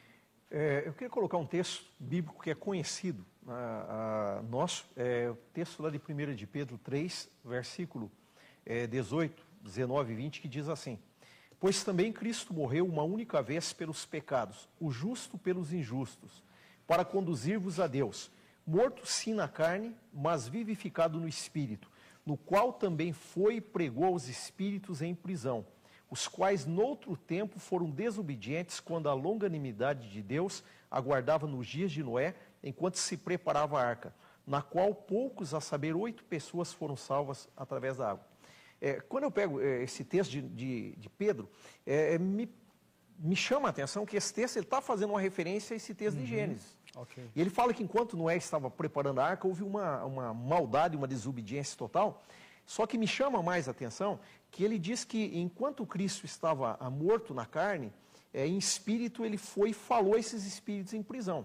B: É, eu queria colocar um texto bíblico que é conhecido a, a, nosso, é o texto lá de primeira de Pedro três, versículo é, dezoito, dezenove e vinte, que diz assim: pois também Cristo morreu uma única vez pelos pecados, o justo pelos injustos, para conduzir-vos a Deus, morto sim na carne, mas vivificado no Espírito, no qual também foi e pregou aos espíritos em prisão, os quais noutro tempo foram desobedientes quando a longanimidade de Deus aguardava nos dias de Noé, enquanto se preparava a arca, na qual poucos, a saber, oito pessoas foram salvas através da água. É, quando eu pego é, esse texto de, de, de Pedro, é, me, me chama a atenção que esse texto está fazendo uma referência a esse texto uhum. de Gênesis.
C: Okay.
B: E ele fala que enquanto Noé estava preparando a arca, houve uma, uma maldade, uma desobediência total. Só que me chama mais a atenção que ele diz que enquanto Cristo estava morto na carne, é, em espírito ele foi e falou a esses espíritos em prisão.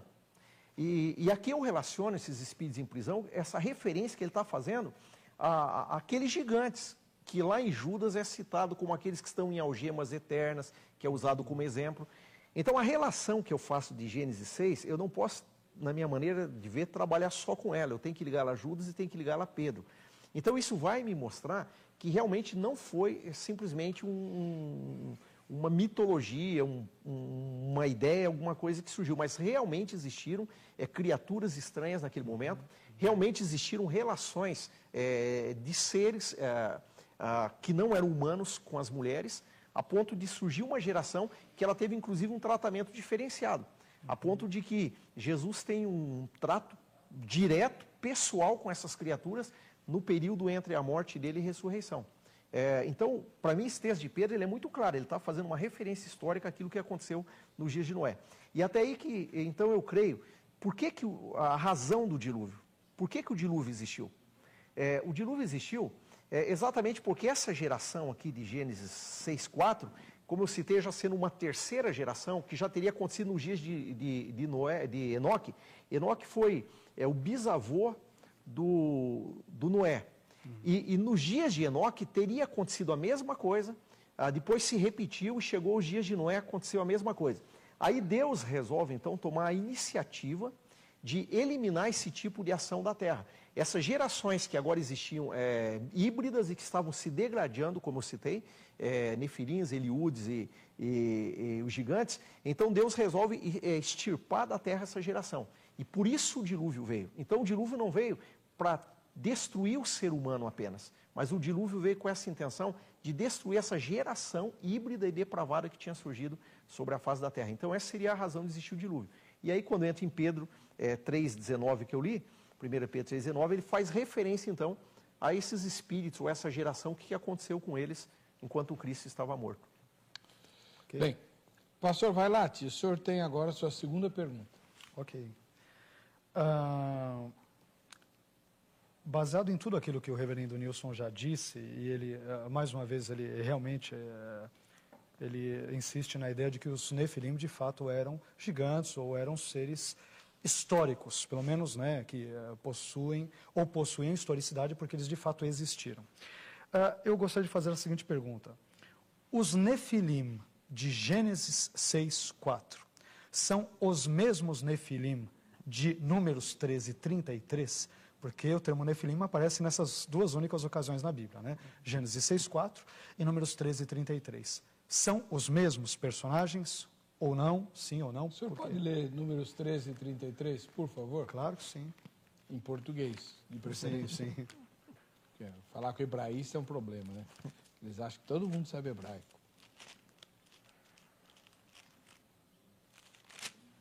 B: E, e aqui eu relaciono esses espíritos em prisão, essa referência que ele está fazendo a, a, aqueles gigantes, que lá em Judas é citado como aqueles que estão em algemas eternas, que é usado como exemplo. Então a relação que eu faço de Gênesis seis, eu não posso, na minha maneira de ver, trabalhar só com ela. Eu tenho que ligar a Judas e tenho que ligar a Pedro. Então isso vai me mostrar que realmente não foi simplesmente um, um, uma mitologia, um, um, uma ideia, alguma coisa que surgiu, mas realmente existiram é, criaturas estranhas naquele momento, realmente existiram relações é, de seres é, é, que não eram humanos com as mulheres, a ponto de surgir uma geração que ela teve inclusive um tratamento diferenciado, a ponto de que Jesus tem um trato direto, pessoal com essas criaturas, no período entre a morte dele e a ressurreição. É, então, para mim, esse texto de Pedro ele é muito claro, ele está fazendo uma referência histórica àquilo que aconteceu nos dias de Noé. E até aí que, então, eu creio, por que, que a razão do dilúvio? Por que, que o dilúvio existiu? É, o dilúvio existiu é, exatamente porque essa geração aqui de Gênesis seis, quatro, como eu citei, já sendo uma terceira geração, que já teria acontecido nos dias de, de, de, Noé, de Enoque. Enoque foi é, o bisavô Do, do Noé. Uhum. E, e nos dias de Enoque teria acontecido a mesma coisa, ah, depois se repetiu e chegou os dias de Noé, aconteceu a mesma coisa. Aí Deus resolve então tomar a iniciativa de eliminar esse tipo de ação da terra. Essas gerações que agora existiam é, híbridas e que estavam se degradando, como eu citei, é, Nefilins, Eliúdes e, e, e os gigantes, então Deus resolve extirpar da terra essa geração. E por isso o dilúvio veio. Então o dilúvio não veio para destruir o ser humano apenas, mas o dilúvio veio com essa intenção de destruir essa geração híbrida e depravada que tinha surgido sobre a face da terra. Então essa seria a razão de existir o dilúvio. E aí quando entra em Pedro é, três, dezenove que eu li, primeira Pedro três, dezenove, ele faz referência então a esses espíritos, ou essa geração, o que aconteceu com eles enquanto o Cristo estava morto.
A: Okay. Bem, pastor Vailate, o senhor tem agora a sua segunda pergunta.
C: Ok. Uh, baseado em tudo aquilo que o reverendo Nilson já disse, e ele, uh, mais uma vez, ele realmente uh, ele insiste na ideia de que os Nefilim, de fato, eram gigantes ou eram seres históricos, pelo menos, né, que uh, possuem ou possuem historicidade porque eles, de fato, existiram. Uh, eu gostaria de fazer a seguinte pergunta. Os Nefilim de Gênesis seis, quatro são os mesmos Nefilim de Números treze, trinta e três, porque o termo Nefilim aparece nessas duas únicas ocasiões na Bíblia, né? Gênesis seis, quatro e Números treze, trinta e três. São os mesmos personagens ou não? Sim ou não?
A: O senhor pode ler Números treze e trinta e três, por favor?
C: Claro que sim.
A: Em português, de preferência.
C: Sim, sim.
A: Falar com hebraísta é um problema, né? Eles acham que todo mundo sabe hebraico.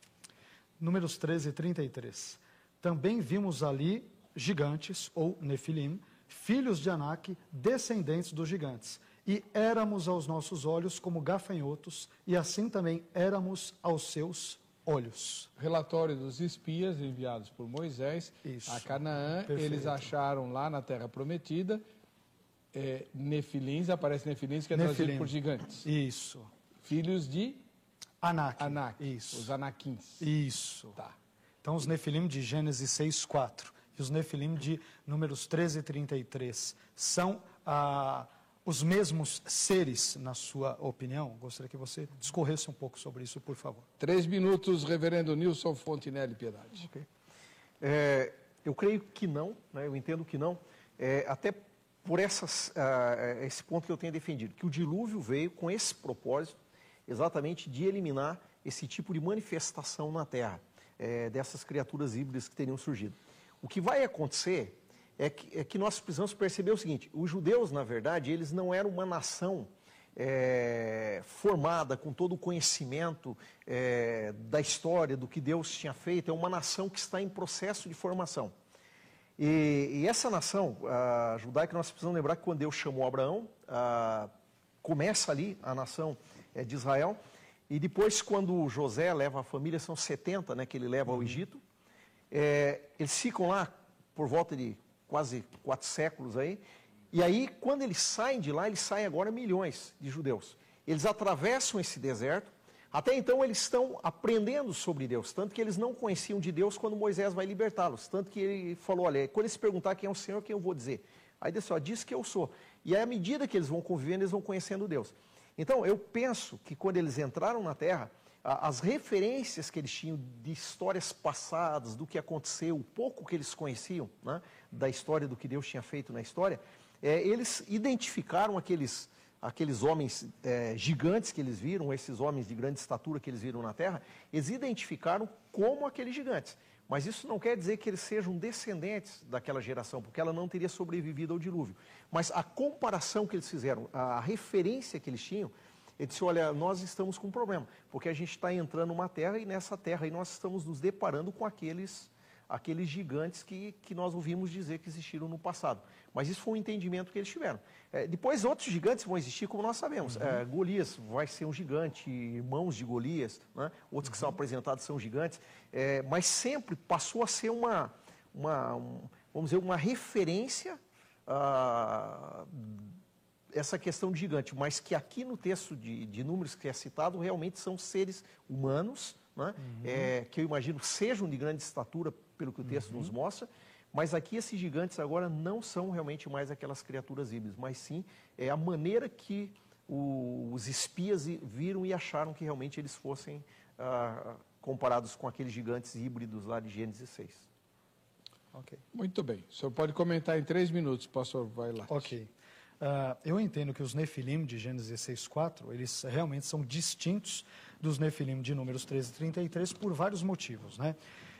C: Números treze, trinta e três. Também vimos ali gigantes, ou Nefilim, filhos de Anak, descendentes dos gigantes. E éramos aos nossos olhos como gafanhotos, e assim também éramos aos seus olhos.
A: Relatório dos espias enviados por Moisés
C: Isso.
A: a Canaã.
C: Perfeito.
A: Eles acharam lá na Terra Prometida é, Nefilins, aparece Nefilins, que é trazido
C: Nefilim.
A: por gigantes.
C: Isso.
A: Filhos de
C: Anak.
A: Anak,
C: Isso.
A: os Anakins.
C: Isso.
A: Tá.
C: Então, os Nefilim de Gênesis seis, quatro e os Nefilim de Números treze, trinta e três são ah, os mesmos seres, na sua opinião? Gostaria que você discorresse um pouco sobre isso, por favor.
A: Três minutos, reverendo Nilson Fontinelli Piedade.
B: Okay. É, eu creio que não, né, eu entendo que não, é, até por essas, uh, esse ponto que eu tenho defendido, que o dilúvio veio com esse propósito, exatamente de eliminar esse tipo de manifestação na Terra, é, dessas criaturas híbridas que teriam surgido. O que vai acontecer é que, é que nós precisamos perceber o seguinte: os judeus, na verdade, eles não eram uma nação é, formada com todo o conhecimento é, da história, do que Deus tinha feito. É uma nação que está em processo de formação. E, e essa nação a judaica, nós precisamos lembrar que quando Deus chamou Abraão, a, começa ali a nação é, de Israel. E depois, quando José leva a família, são setenta, né, que ele leva ao Egito. É, eles ficam lá por volta de quase quatro séculos aí. E aí, quando eles saem de lá, eles saem agora milhões de judeus. Eles atravessam esse deserto. Até então, eles estão aprendendo sobre Deus. Tanto que eles não conheciam de Deus quando Moisés vai libertá-los. Tanto que ele falou, olha, quando eles perguntar quem é o Senhor, quem eu vou dizer? Aí ele disse, ó, diz que eu sou. E aí, à medida que eles vão convivendo, eles vão conhecendo Deus. Então, eu penso que quando eles entraram na Terra, as referências que eles tinham de histórias passadas, do que aconteceu, o pouco que eles conheciam, né, da história, do que Deus tinha feito na história, é, eles identificaram aqueles, aqueles homens é, gigantes que eles viram, esses homens de grande estatura que eles viram na Terra, eles identificaram como aqueles gigantes. Mas isso não quer dizer que eles sejam descendentes daquela geração, porque ela não teria sobrevivido ao dilúvio. Mas a comparação que eles fizeram, a referência que eles tinham, ele disse, olha, nós estamos com um problema, porque a gente está entrando numa terra e nessa terra aí nós estamos nos deparando com aqueles, aqueles gigantes que, que nós ouvimos dizer que existiram no passado. Mas isso foi um entendimento que eles tiveram. É, depois outros gigantes vão existir, como nós sabemos. Uhum. É, Golias vai ser um gigante, irmãos de Golias, né? Outros uhum. que são apresentados são gigantes, é, mas sempre passou a ser uma, uma um, vamos dizer, uma referência a essa questão de gigante, mas que aqui no texto de, de números que é citado, realmente são seres humanos, né? Uhum. É, que eu imagino sejam de grande estatura, pelo que o texto uhum. nos mostra, mas aqui esses gigantes agora não são realmente mais aquelas criaturas híbridas, mas sim é a maneira que o, os espias viram e acharam que realmente eles fossem ah, comparados com aqueles gigantes híbridos lá de Gênesis seis.
C: Ok.
A: Muito bem. O senhor pode comentar em três minutos, pastor, vai lá.
C: Ok. Uh, eu entendo que os Nefilim de Gênesis seis, quatro, eles realmente são distintos dos Nefilim de Números treze, trinta e três por vários motivos, né?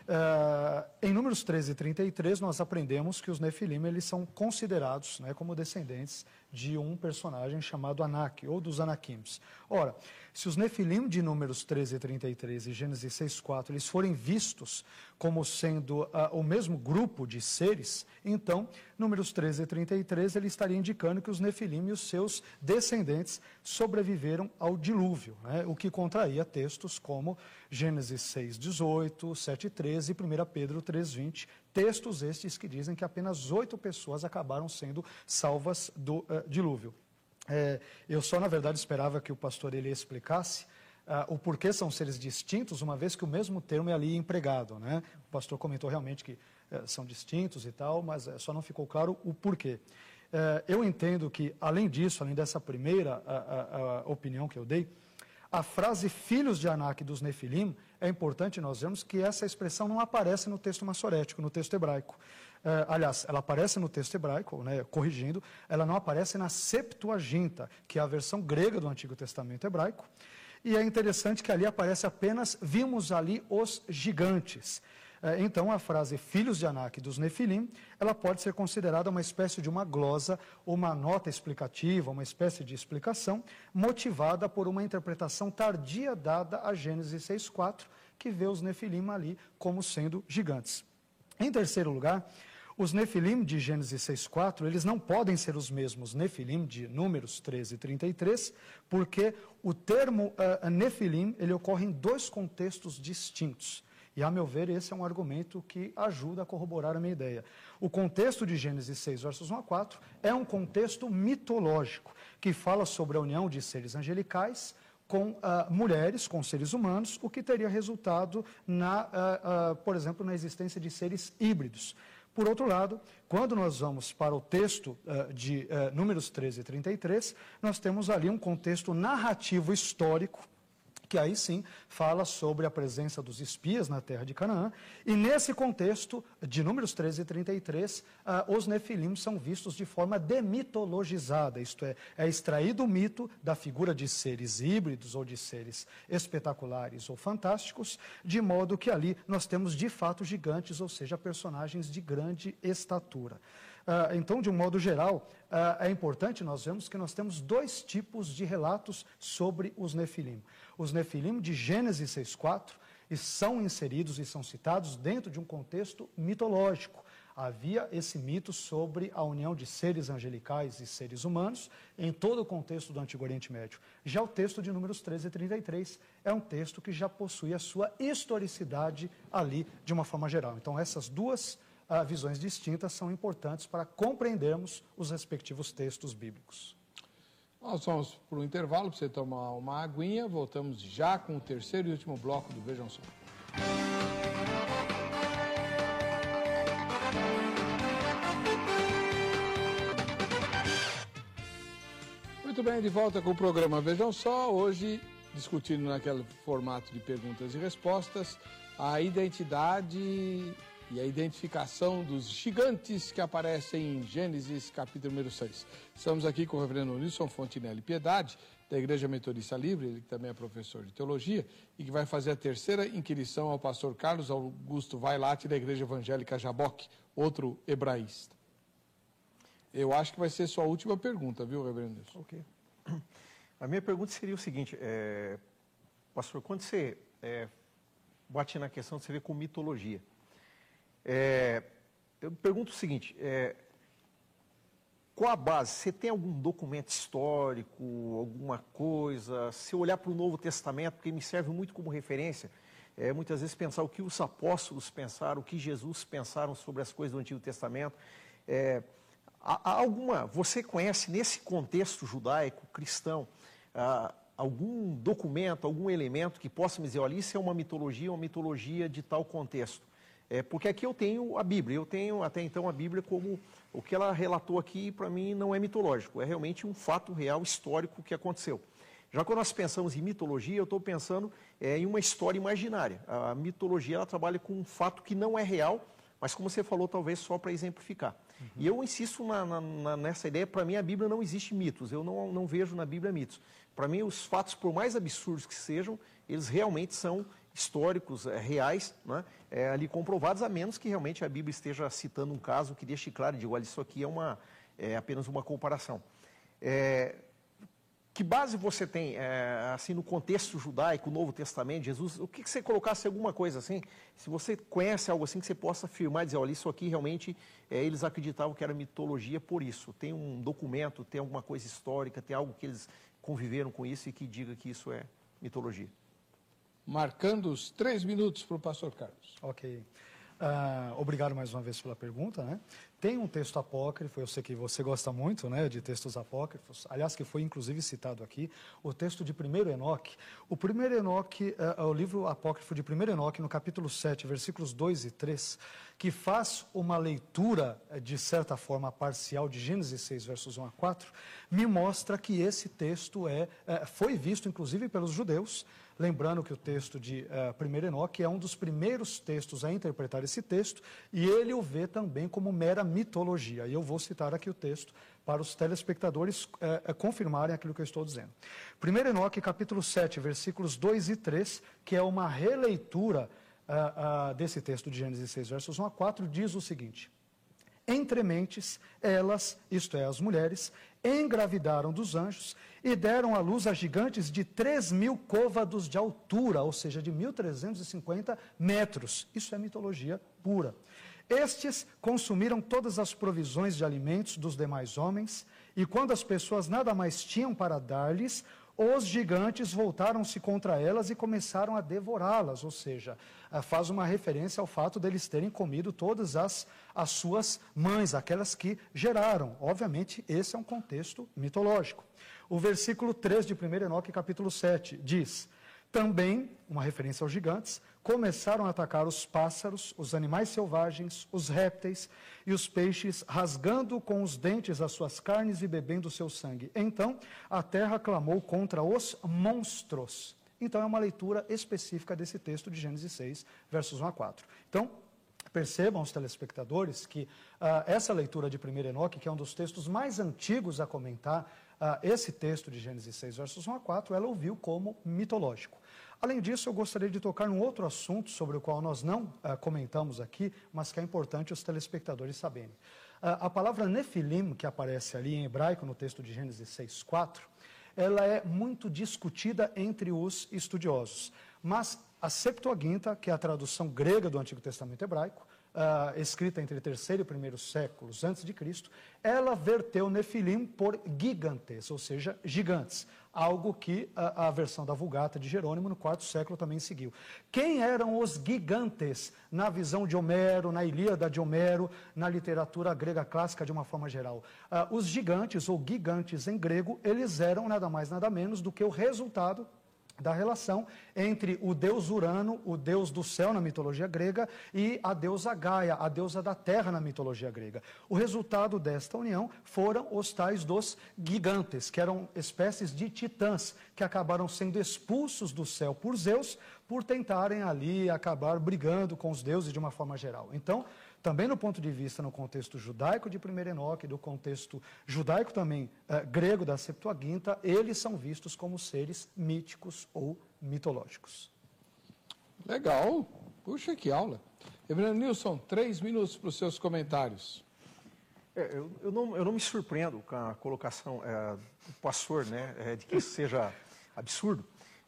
C: Uh, em Números treze, trinta e três, nós aprendemos que os Nefilim, eles são considerados, né, como descendentes de um personagem chamado Anak, ou dos Anakims. Ora, se os Nefilim de Números treze, trinta e três e Gênesis seis, quatro, eles forem vistos como sendo uh, o mesmo grupo de seres, então, Números treze, trinta e três, ele estaria indicando que os Nefilim e os seus descendentes sobreviveram ao dilúvio, né, o que contraria textos como Gênesis seis, dezoito, sete, treze e primeira Pedro três, vinte, textos estes que dizem que apenas oito pessoas acabaram sendo salvas do uh, dilúvio. É, eu só, na verdade, esperava que o pastor ele explicasse uh, o porquê são seres distintos, uma vez que o mesmo termo é ali empregado, né? O pastor comentou realmente que uh, são distintos e tal, mas uh, só não ficou claro o porquê. Uh, eu entendo que, além disso, além dessa primeira uh, uh, uh, opinião que eu dei, a frase filhos de Anak dos Nefilim, é importante nós vermos que essa expressão não aparece no texto massorético, no texto hebraico. Uh, aliás, ela aparece no texto hebraico, né, corrigindo, ela não aparece na Septuaginta, que é a versão grega do Antigo Testamento hebraico. E é interessante que ali aparece apenas, vimos ali os gigantes. Uh, então, a frase filhos de Anak dos Nefilim, ela pode ser considerada uma espécie de uma glosa, uma nota explicativa, uma espécie de explicação, motivada por uma interpretação tardia dada a Gênesis seis, quatro, que vê os Nefilim ali como sendo gigantes. Em terceiro lugar, os Nefilim de Gênesis seis, quatro, eles não podem ser os mesmos Nefilim de Números treze, trinta e três, porque o termo uh, Nefilim, ele ocorre em dois contextos distintos. E, a meu ver, esse é um argumento que ajuda a corroborar a minha ideia. O contexto de Gênesis seis, versos um a quatro, é um contexto mitológico, que fala sobre a união de seres angelicais com uh, mulheres, com seres humanos, o que teria resultado, na, uh, uh, por exemplo, na existência de seres híbridos. Por outro lado, quando nós vamos para o texto uh, de uh, Números treze, trinta e três, nós temos ali um contexto narrativo histórico, que aí sim fala sobre a presença dos espias na terra de Canaã, e nesse contexto de Números treze, trinta e três, ah, os Nefilim são vistos de forma demitologizada, isto é, é extraído o mito da figura de seres híbridos ou de seres espetaculares ou fantásticos, de modo que ali nós temos de fato gigantes, ou seja, personagens de grande estatura. Uh, então, de um modo geral, uh, é importante nós vermos que nós temos dois tipos de relatos sobre os Nefilim. Os Nefilim de Gênesis seis, quatro e são inseridos e são citados dentro de um contexto mitológico. Havia esse mito sobre a união de seres angelicais e seres humanos em todo o contexto do Antigo Oriente Médio. Já o texto de Números treze, trinta e três é um texto que já possui a sua historicidade ali de uma forma geral. Então, essas duas Uh, visões distintas são importantes para compreendermos os respectivos textos bíblicos.
A: Nós vamos para o intervalo para você tomar uma aguinha. Voltamos já com o terceiro e último bloco do Vejam Só. Muito bem, de volta com o programa Vejam Só. Hoje, discutindo naquele formato de perguntas e respostas, a identidade e a identificação dos gigantes que aparecem em Gênesis, capítulo número seis. Estamos aqui com o reverendo Nilson Fontinelli Piedade, da Igreja Metodista Livre, ele que também é professor de teologia, e que vai fazer a terceira inquirição ao pastor Carlos Augusto Vailate, da Igreja Evangélica Jaboque, outro hebraísta. Eu acho que vai ser sua última pergunta, viu, reverendo Nilson?
B: Ok. A minha pergunta seria o seguinte, é, pastor, quando você é, bate na questão, você vê com mitologia, É, eu pergunto o seguinte, é, qual a base? Você tem algum documento histórico, alguma coisa? Se eu olhar para o Novo Testamento, porque me serve muito como referência, é, muitas vezes pensar o que os apóstolos pensaram, o que Jesus pensaram sobre as coisas do Antigo Testamento. É, há, há alguma, você conhece nesse contexto judaico, cristão, há, algum documento, algum elemento que possa me dizer, olha, isso é uma mitologia, uma mitologia de tal contexto? É, porque aqui eu tenho a Bíblia, eu tenho até então a Bíblia como o que ela relatou aqui, para mim, não é mitológico, é realmente um fato real, histórico que aconteceu. Já quando nós pensamos em mitologia, eu estou pensando é, em uma história imaginária. A mitologia ela trabalha com um fato que não é real, mas como você falou, talvez só para exemplificar. Uhum. E eu insisto na, na, nessa ideia, para mim a Bíblia não existe mitos, eu não, não vejo na Bíblia mitos. Para mim os fatos, por mais absurdos que sejam, eles realmente são históricos, é, reais, né, é, ali comprovados, a menos que realmente a Bíblia esteja citando um caso que deixe claro, digo, olha, isso aqui é, uma, é apenas uma comparação. É, que base você tem, é, assim, no contexto judaico, Novo Testamento, Jesus, o que, que você colocasse alguma coisa assim, se você conhece algo assim que você possa afirmar, dizer, olha, isso aqui realmente, é, eles acreditavam que era mitologia por isso, tem um documento, tem alguma coisa histórica, tem algo que eles conviveram com isso e que diga que isso é mitologia.
A: Marcando os três minutos para o pastor Carlos.
C: Ok. Uh, obrigado mais uma vez pela pergunta, né? Tem um texto apócrifo, eu sei que você gosta muito, né, de textos apócrifos, aliás, que foi inclusive citado aqui, o texto de primeiro Enoque. O primeiro Enoque, uh, o livro apócrifo de primeiro Enoque, no capítulo sete, versículos dois e três, que faz uma leitura, de certa forma, parcial de Gênesis seis, versos um a quatro, me mostra que esse texto é, é, foi visto, inclusive, pelos judeus. Lembrando que o texto de uh, primeiro Enoque é um dos primeiros textos a interpretar esse texto, e ele o vê também como mera mitologia. E eu vou citar aqui o texto para os telespectadores uh, uh, confirmarem aquilo que eu estou dizendo. primeiro Enoque, capítulo sete, versículos dois e três, que é uma releitura uh, uh, desse texto de Gênesis seis, versos um a quatro, diz o seguinte: Entre mentes, elas, isto é, as mulheres, engravidaram dos anjos e deram à luz a gigantes de três mil côvados de altura, ou seja, de mil trezentos e cinquenta metros. Isso é mitologia pura. Estes consumiram todas as provisões de alimentos dos demais homens, e quando as pessoas nada mais tinham para dar-lhes, os gigantes voltaram-se contra elas e começaram a devorá-las, ou seja, faz uma referência ao fato deles terem comido todas as, as suas mães, aquelas que geraram. Obviamente, esse é um contexto mitológico. O versículo três de primeiro Enoque, capítulo sete, diz: também, uma referência aos gigantes, começaram a atacar os pássaros, os animais selvagens, os répteis e os peixes, rasgando com os dentes as suas carnes e bebendo o seu sangue. Então, a terra clamou contra os monstros. Então, é uma leitura específica desse texto de Gênesis seis, versos um a quatro. Então, percebam os telespectadores que uh, essa leitura de primeiro Enoque, que é um dos textos mais antigos a comentar uh, esse texto de Gênesis seis, versos um a quatro, ela ouviu como mitológico. Além disso, eu gostaria de tocar num outro assunto sobre o qual nós não uh, comentamos aqui, mas que é importante os telespectadores saberem. Uh, a palavra Nefilim, que aparece ali em hebraico no texto de Gênesis seis, quatro, ela é muito discutida entre os estudiosos. Mas a Septuaginta, que é a tradução grega do Antigo Testamento hebraico, uh, escrita entre terceiro e primeiro séculos antes de Cristo, ela verteu Nefilim por gigantes, ou seja, gigantes. Algo que a, a versão da Vulgata de Jerônimo, no quarto século, também seguiu. Quem eram os gigantes na visão de Homero, na Ilíada de Homero, na literatura grega clássica de uma forma geral? Uh, os gigantes, ou gigantes em grego, eles eram nada mais nada menos do que o resultado da relação entre o deus Urano, o deus do céu na mitologia grega, e a deusa Gaia, a deusa da terra na mitologia grega. O resultado desta união foram os tais dos gigantes, que eram espécies de titãs, que acabaram sendo expulsos do céu por Zeus, por tentarem ali acabar brigando com os deuses de uma forma geral. Então, também no ponto de vista, no contexto judaico de primeiro Enoque, do contexto judaico também eh, grego da Septuaginta, eles são vistos como seres míticos ou mitológicos.
A: Legal. Puxa, que aula. Reverendo Nilson, três minutos para os seus comentários.
B: É, eu, eu, não, eu não me surpreendo com a colocação é, do pastor, né, é, de que isso seja absurdo.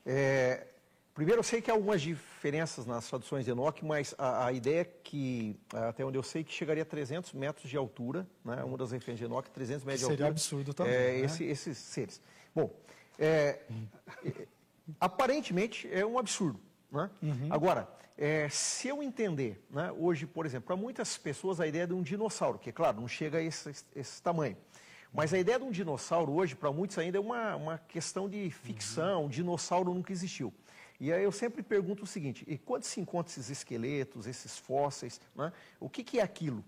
B: É, Primeiro, eu sei que há algumas diferenças nas traduções de Enoque, mas a, a ideia é que, até onde eu sei, que chegaria a trezentos metros de altura, né? Uma das referências de Enoque, trezentos metros de altura.
C: Seria absurdo também,
B: é,
C: né?
B: esse, esses seres. Bom, é, é, aparentemente é um absurdo, né? Uhum. Agora, é, se eu entender, né, hoje, por exemplo, para muitas pessoas a ideia de um dinossauro, que, claro, não chega a esse, esse tamanho. Mas a ideia de um dinossauro hoje, para muitos ainda, é uma, uma questão de ficção, uhum. Um dinossauro nunca existiu. E aí eu sempre pergunto o seguinte, e quando se encontra esses esqueletos, esses fósseis, né, o que, que é aquilo?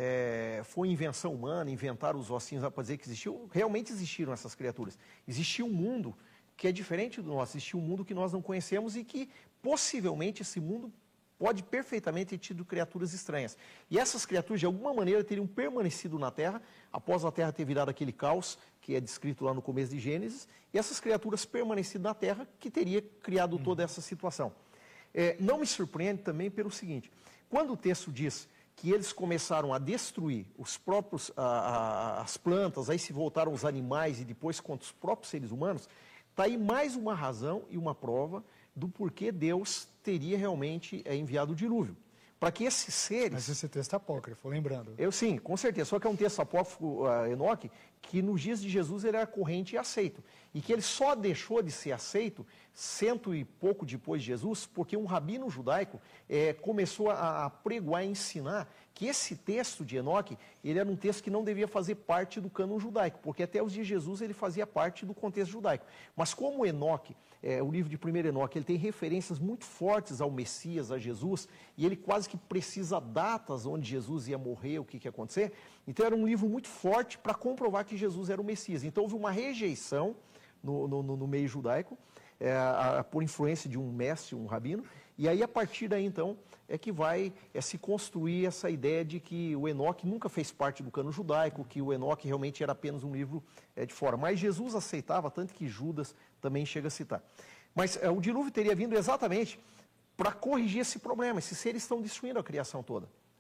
B: É, foi invenção humana, inventaram os ossinhos para dizer que existiu? Realmente existiram essas criaturas. Existia um mundo que é diferente do nosso, existia um mundo que nós não conhecemos e que possivelmente esse mundo pode perfeitamente ter tido criaturas estranhas. E essas criaturas, de alguma maneira, teriam permanecido na Terra, após a Terra ter virado aquele caos, que é descrito lá no começo de Gênesis, e essas criaturas permanecido na Terra, que teria criado toda essa situação. É, não me surpreende também pelo seguinte, quando o texto diz que eles começaram a destruir os próprios, a, a, as plantas, aí se voltaram os animais e depois contra os próprios seres humanos, está aí mais uma razão e uma prova do porquê Deus teria realmente é, enviado o dilúvio. Para que esses seres...
C: Mas esse texto é apócrifo, lembrando.
B: Eu sim, com certeza. Só que é um texto apócrifo, uh, Enoque, que nos dias de Jesus ele era corrente e aceito. E que ele só deixou de ser aceito cento e pouco depois de Jesus, porque um rabino judaico é, começou a, a pregoar e ensinar que esse texto de Enoque, ele era um texto que não devia fazer parte do cânon judaico, porque até os dias de Jesus ele fazia parte do contexto judaico. Mas como Enoque, é, o livro de primeiro Enoque, ele tem referências muito fortes ao Messias, a Jesus, e ele quase que precisa datas onde Jesus ia morrer, o que, que ia acontecer, então era um livro muito forte para comprovar que Jesus era o Messias. Então houve uma rejeição no, no, no meio judaico, é, a, a, por influência de um mestre, um rabino, e aí a partir daí então é que vai é, se construir essa ideia de que o Enoque nunca fez parte do cânon judaico, que o Enoque realmente era apenas um livro é, de fora. Mas Jesus aceitava, tanto que Judas também chega a citar. Mas é, o dilúvio teria vindo exatamente para corrigir esse problema. Esses seres estão destruindo a criação toda.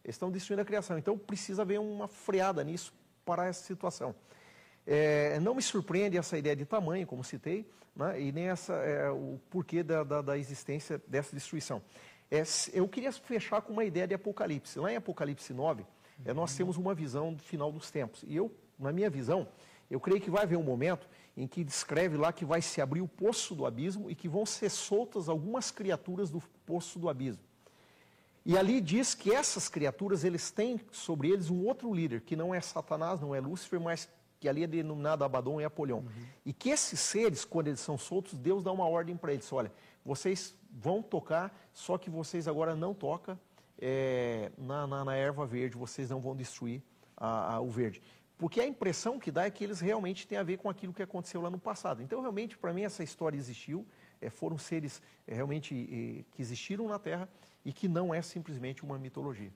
B: Eles estão destruindo a criação. Então precisa haver uma freada nisso para essa situação. É, não me surpreende essa ideia de tamanho, como citei, né, e nem essa, é, o porquê da, da, da existência dessa destruição. É, eu queria fechar com uma ideia de Apocalipse. Lá em Apocalipse nove, é, nós temos uma visão do final dos tempos. E eu, na minha visão, eu creio que vai haver um momento em que descreve lá que vai se abrir o poço do abismo e que vão ser soltas algumas criaturas do poço do abismo. E ali diz que essas criaturas, eles têm sobre eles um outro líder, que não é Satanás, não é Lúcifer, mas que ali é denominado Abaddon e Apolion. Uhum. E que esses seres, quando eles são soltos, Deus dá uma ordem para eles. Olha, vocês vão tocar, só que vocês agora não tocam é, na, na, na erva verde, vocês não vão destruir a, a, o verde. Porque a impressão que dá é que eles realmente têm a ver com aquilo que aconteceu lá no passado. Então, realmente, para mim, essa história existiu. É, foram seres é, realmente é, que existiram na Terra e que não é simplesmente uma mitologia.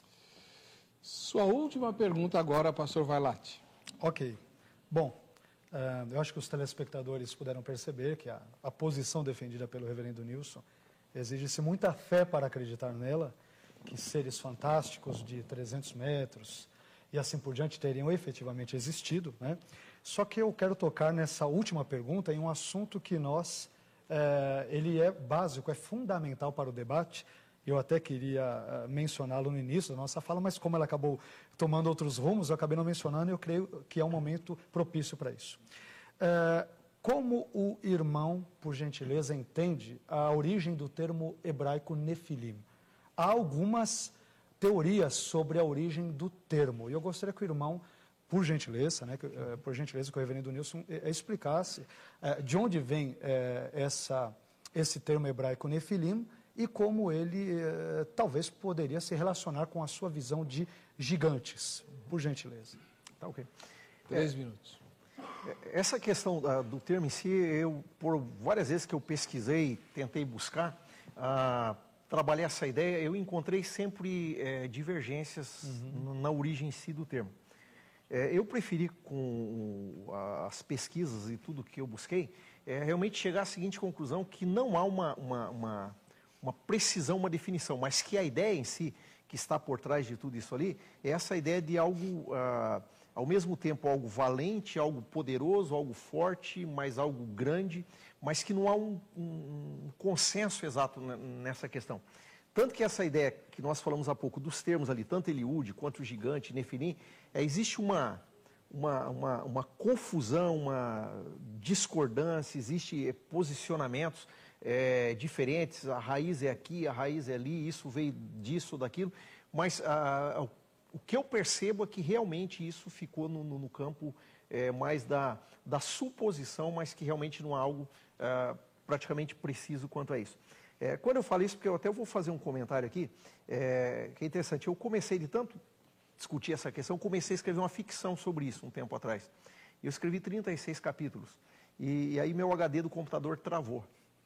A: Sua última pergunta agora, pastor Vailate.
C: Ok. Bom, uh, eu acho que os telespectadores puderam perceber que a, a posição defendida pelo reverendo Nilson exige-se muita fé para acreditar nela, que seres fantásticos de trezentos metros e assim por diante teriam efetivamente existido, né? Só que eu quero tocar nessa última pergunta em um assunto que nós, uh, ele é básico, é fundamental para o debate. Eu até queria uh, mencioná-lo no início da nossa fala, mas como ela acabou tomando outros rumos, eu acabei não mencionando e eu creio que é um momento propício para isso. Uh, como o irmão, por gentileza, entende a origem do termo hebraico nefilim? Há algumas teorias sobre a origem do termo, e eu gostaria que o irmão, por gentileza, né, que, uh, por gentileza, que o reverendo Nilson uh, explicasse uh, de onde vem uh, essa, esse termo hebraico nefilim, e como ele eh, talvez poderia se relacionar com a sua visão de gigantes, por gentileza.
B: Tá, ok.
A: Três
B: é,
A: minutos.
B: Essa questão uh, do termo em si, eu, por várias vezes que eu pesquisei, tentei buscar, uh, trabalhar essa ideia, eu encontrei sempre eh, divergências uhum. na origem em si do termo. Eh, eu preferi, com as pesquisas e tudo que eu busquei, eh, realmente chegar à seguinte conclusão, que não há uma... uma, uma uma precisão, uma definição, mas que a ideia em si, que está por trás de tudo isso ali, é essa ideia de algo, ah, ao mesmo tempo, algo valente, algo poderoso, algo forte, mas algo grande, mas que não há um, um consenso exato nessa questão. Tanto que essa ideia que nós falamos há pouco, dos termos ali, tanto Eliúde quanto o gigante, Nefilim, é, existe uma, uma, uma, uma confusão, uma discordância, existe é, posicionamentos, É, diferentes, a raiz é aqui, a raiz é ali, isso veio disso ou daquilo, mas ah, o que eu percebo é que realmente isso ficou no, no, no campo é, mais da, da suposição, mas que realmente não há algo ah, praticamente preciso quanto a isso. É, quando eu falo isso, porque eu até vou fazer um comentário aqui, é, que é interessante, eu comecei de tanto discutir essa questão, comecei a escrever uma ficção sobre isso um tempo atrás. Eu escrevi trinta e seis capítulos, e, e aí meu H D do computador travou.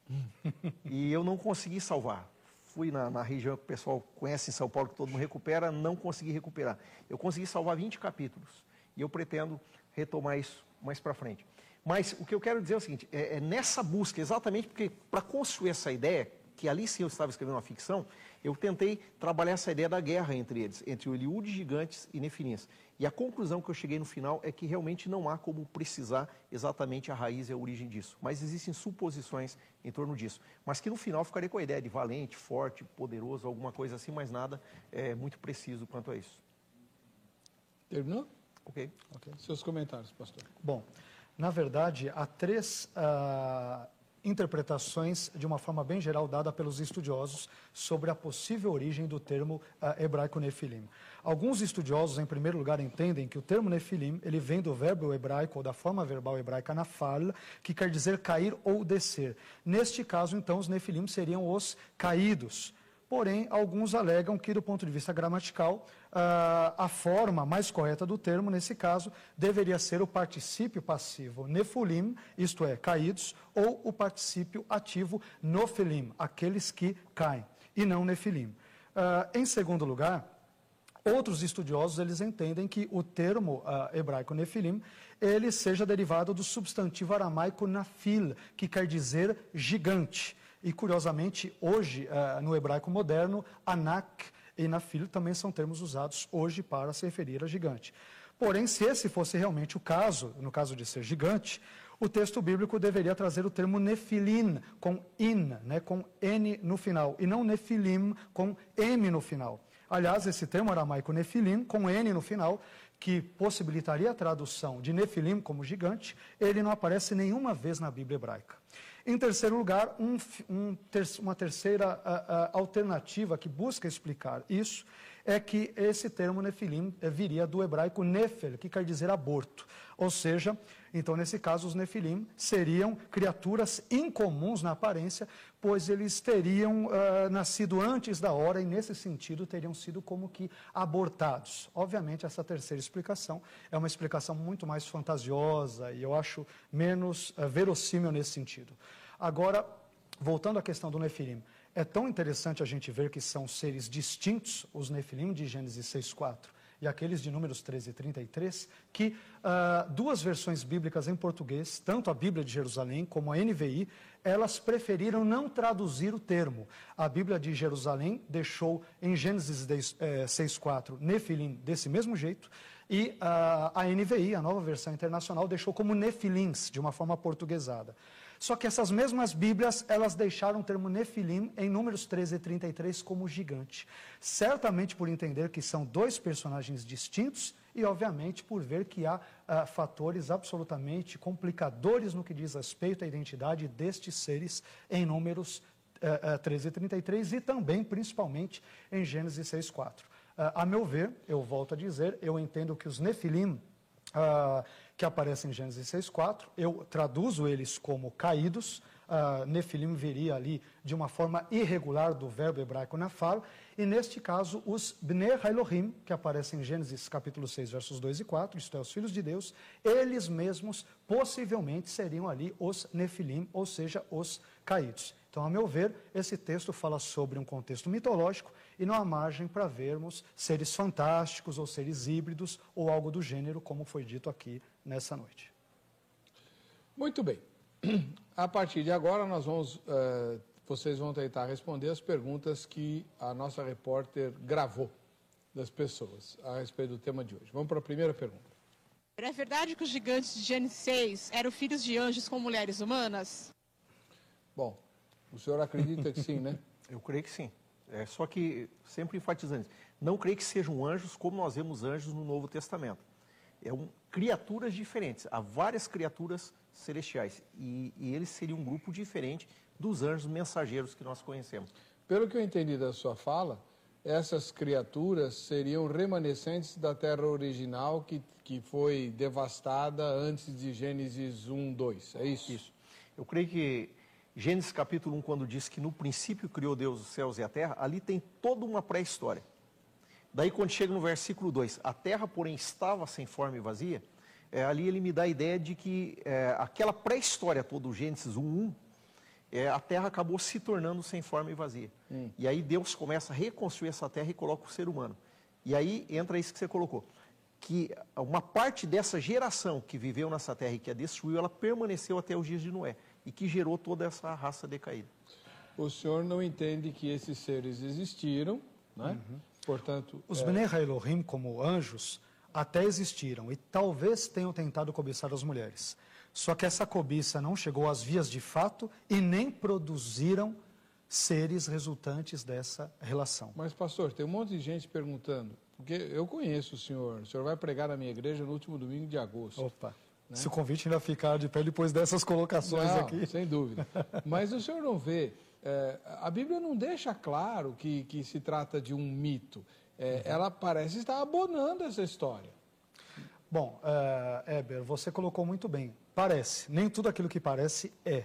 B: E eu não consegui salvar. Fui na, na região que o pessoal conhece em São Paulo, que todo mundo recupera, não consegui recuperar. Eu consegui salvar vinte capítulos. E eu pretendo retomar isso mais para frente. Mas o que eu quero dizer é o seguinte, é, é nessa busca, exatamente porque para construir essa ideia, que ali sim eu estava escrevendo uma ficção, eu tentei trabalhar essa ideia da guerra entre eles, entre o Eliúde, gigantes e Nefilins. E a conclusão que eu cheguei no final é que realmente não há como precisar exatamente a raiz e a origem disso. Mas existem suposições em torno disso. Mas que no final ficaria com a ideia de valente, forte, poderoso, alguma coisa assim, mas nada é muito preciso quanto a isso.
A: Terminou?
B: Ok.
A: Ok. Seus comentários, pastor.
C: Bom, na verdade, há três uh, interpretações, de uma forma bem geral, dada pelos estudiosos sobre a possível origem do termo uh, hebraico nefilim. Alguns estudiosos, em primeiro lugar, entendem que o termo nefilim, ele vem do verbo hebraico, ou da forma verbal hebraica nafal, que quer dizer cair ou descer. Neste caso, então, os nefilim seriam os caídos. Porém, alguns alegam que, do ponto de vista gramatical, uh, a forma mais correta do termo, nesse caso, deveria ser o particípio passivo nefulim, isto é, caídos, ou o particípio ativo nofilim, aqueles que caem, e não nefilim. Uh, em segundo lugar, outros estudiosos, eles entendem que o termo uh, hebraico nefilim, ele seja derivado do substantivo aramaico nafil, que quer dizer gigante. E, curiosamente, hoje, uh, no hebraico moderno, Anak e Nafil também são termos usados hoje para se referir a gigante. Porém, se esse fosse realmente o caso, no caso de ser gigante, o texto bíblico deveria trazer o termo Nefilim, com in, né, com N no final, e não Nefilim, com M no final. Aliás, esse termo aramaico Nefilim, com N no final, que possibilitaria a tradução de Nefilim como gigante, ele não aparece nenhuma vez na Bíblia hebraica. Em terceiro lugar, um, um ter, uma terceira a, a, alternativa que busca explicar isso é que esse termo Nefilim viria do hebraico Nefel, que quer dizer aborto. Ou seja, então nesse caso os Nefilim seriam criaturas incomuns na aparência, pois eles teriam uh, nascido antes da hora e nesse sentido teriam sido como que abortados. Obviamente essa terceira explicação é uma explicação muito mais fantasiosa e eu acho menos uh, verossímil nesse sentido. Agora, voltando à questão do Nefilim, é tão interessante a gente ver que são seres distintos, os Nefilim de Gênesis seis, quatro e aqueles de Números treze, trinta e três, que uh, duas versões bíblicas em português, tanto a Bíblia de Jerusalém como a N V I, elas preferiram não traduzir o termo. A Bíblia de Jerusalém deixou em Gênesis seis, quatro, Nefilim desse mesmo jeito, e uh, a N V I, a nova versão internacional, deixou como Nefilins, de uma forma portuguesada. Só que essas mesmas Bíblias, elas deixaram o termo Nefilim em Números treze, trinta e três como gigante. Certamente por entender que são dois personagens distintos e, obviamente, por ver que há uh, fatores absolutamente complicadores no que diz respeito à identidade destes seres em Números uh, uh, treze, trinta e três e também, principalmente, em Gênesis seis, quatro. Uh, a meu ver, eu volto a dizer, eu entendo que os Nefilim, Uh, que aparecem em Gênesis seis, quatro, eu traduzo eles como caídos, uh, Nefilim viria ali de uma forma irregular do verbo hebraico nafal, e neste caso os Bnei Elohim, que aparecem em Gênesis capítulo seis, versos dois e quatro, isto é, os filhos de Deus, eles mesmos possivelmente seriam ali os Nefilim, ou seja, os caídos. Então, a meu ver, esse texto fala sobre um contexto mitológico e não há margem para vermos seres fantásticos ou seres híbridos ou algo do gênero, como foi dito aqui nessa noite.
A: Muito bem. A partir de agora, nós vamos, uh, vocês vão tentar responder as perguntas que a nossa repórter gravou das pessoas a respeito do tema de hoje. Vamos para a primeira pergunta.
E: É verdade que os gigantes de Gênesis seis eram filhos de anjos com mulheres humanas?
A: Bom, o senhor acredita que sim, né?
B: Eu creio que sim. É, só que, sempre enfatizando isso, não creio que sejam anjos como nós vemos anjos no Novo Testamento. É um, criaturas diferentes. Há várias criaturas celestiais. E, e eles seriam um grupo diferente dos anjos mensageiros que nós conhecemos.
A: Pelo que eu entendi da sua fala, essas criaturas seriam remanescentes da terra original que, que foi devastada antes de Gênesis um, dois. É isso?
B: Isso. Eu creio que Gênesis capítulo um, quando diz que no princípio criou Deus os céus e a terra, ali tem toda uma pré-história. Daí quando chega no versículo dois, a terra porém estava sem forma e vazia, é, ali ele me dá a ideia de que é, aquela pré-história toda, o Gênesis um, um, é, a terra acabou se tornando sem forma e vazia. Hum. E aí Deus começa a reconstruir essa terra e coloca o ser humano. E aí entra isso que você colocou, que uma parte dessa geração que viveu nessa terra e que a destruiu, ela permaneceu até os dias de Noé. E que gerou toda essa raça decaída.
A: O senhor não entende que esses seres existiram, né? Uhum. Portanto...
C: Os
A: é...
C: Bnei Elohim, como anjos, até existiram e talvez tenham tentado cobiçar as mulheres. Só que essa cobiça não chegou às vias de fato e nem produziram seres resultantes dessa relação.
A: Mas, pastor, tem um monte de gente perguntando, porque eu conheço o senhor, o senhor vai pregar na minha igreja no último domingo de agosto.
C: Opa! Né? Se o convite ainda ficar de pé depois dessas colocações
A: não,
C: aqui.
A: Sem dúvida. Mas o senhor não vê, é, a Bíblia não deixa claro que, que se trata de um mito. É, ela parece estar abonando essa história.
C: Bom, uh, Heber, você colocou muito bem. Parece, nem tudo aquilo que parece é.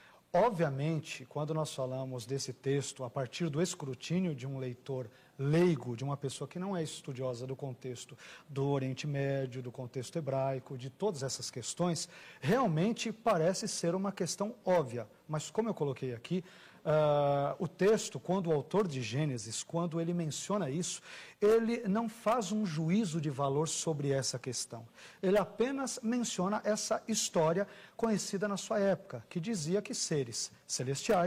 C: Obviamente, quando nós falamos desse texto, a partir do escrutínio de um leitor leigo, de uma pessoa que não é estudiosa do contexto do Oriente Médio, do contexto hebraico, de todas essas questões, realmente parece ser uma questão óbvia. Mas como eu coloquei aqui, uh, o texto, quando o autor de Gênesis, quando ele menciona isso, ele não faz um juízo de valor sobre essa questão. Ele apenas menciona essa história conhecida na sua época, que dizia que seres celestiais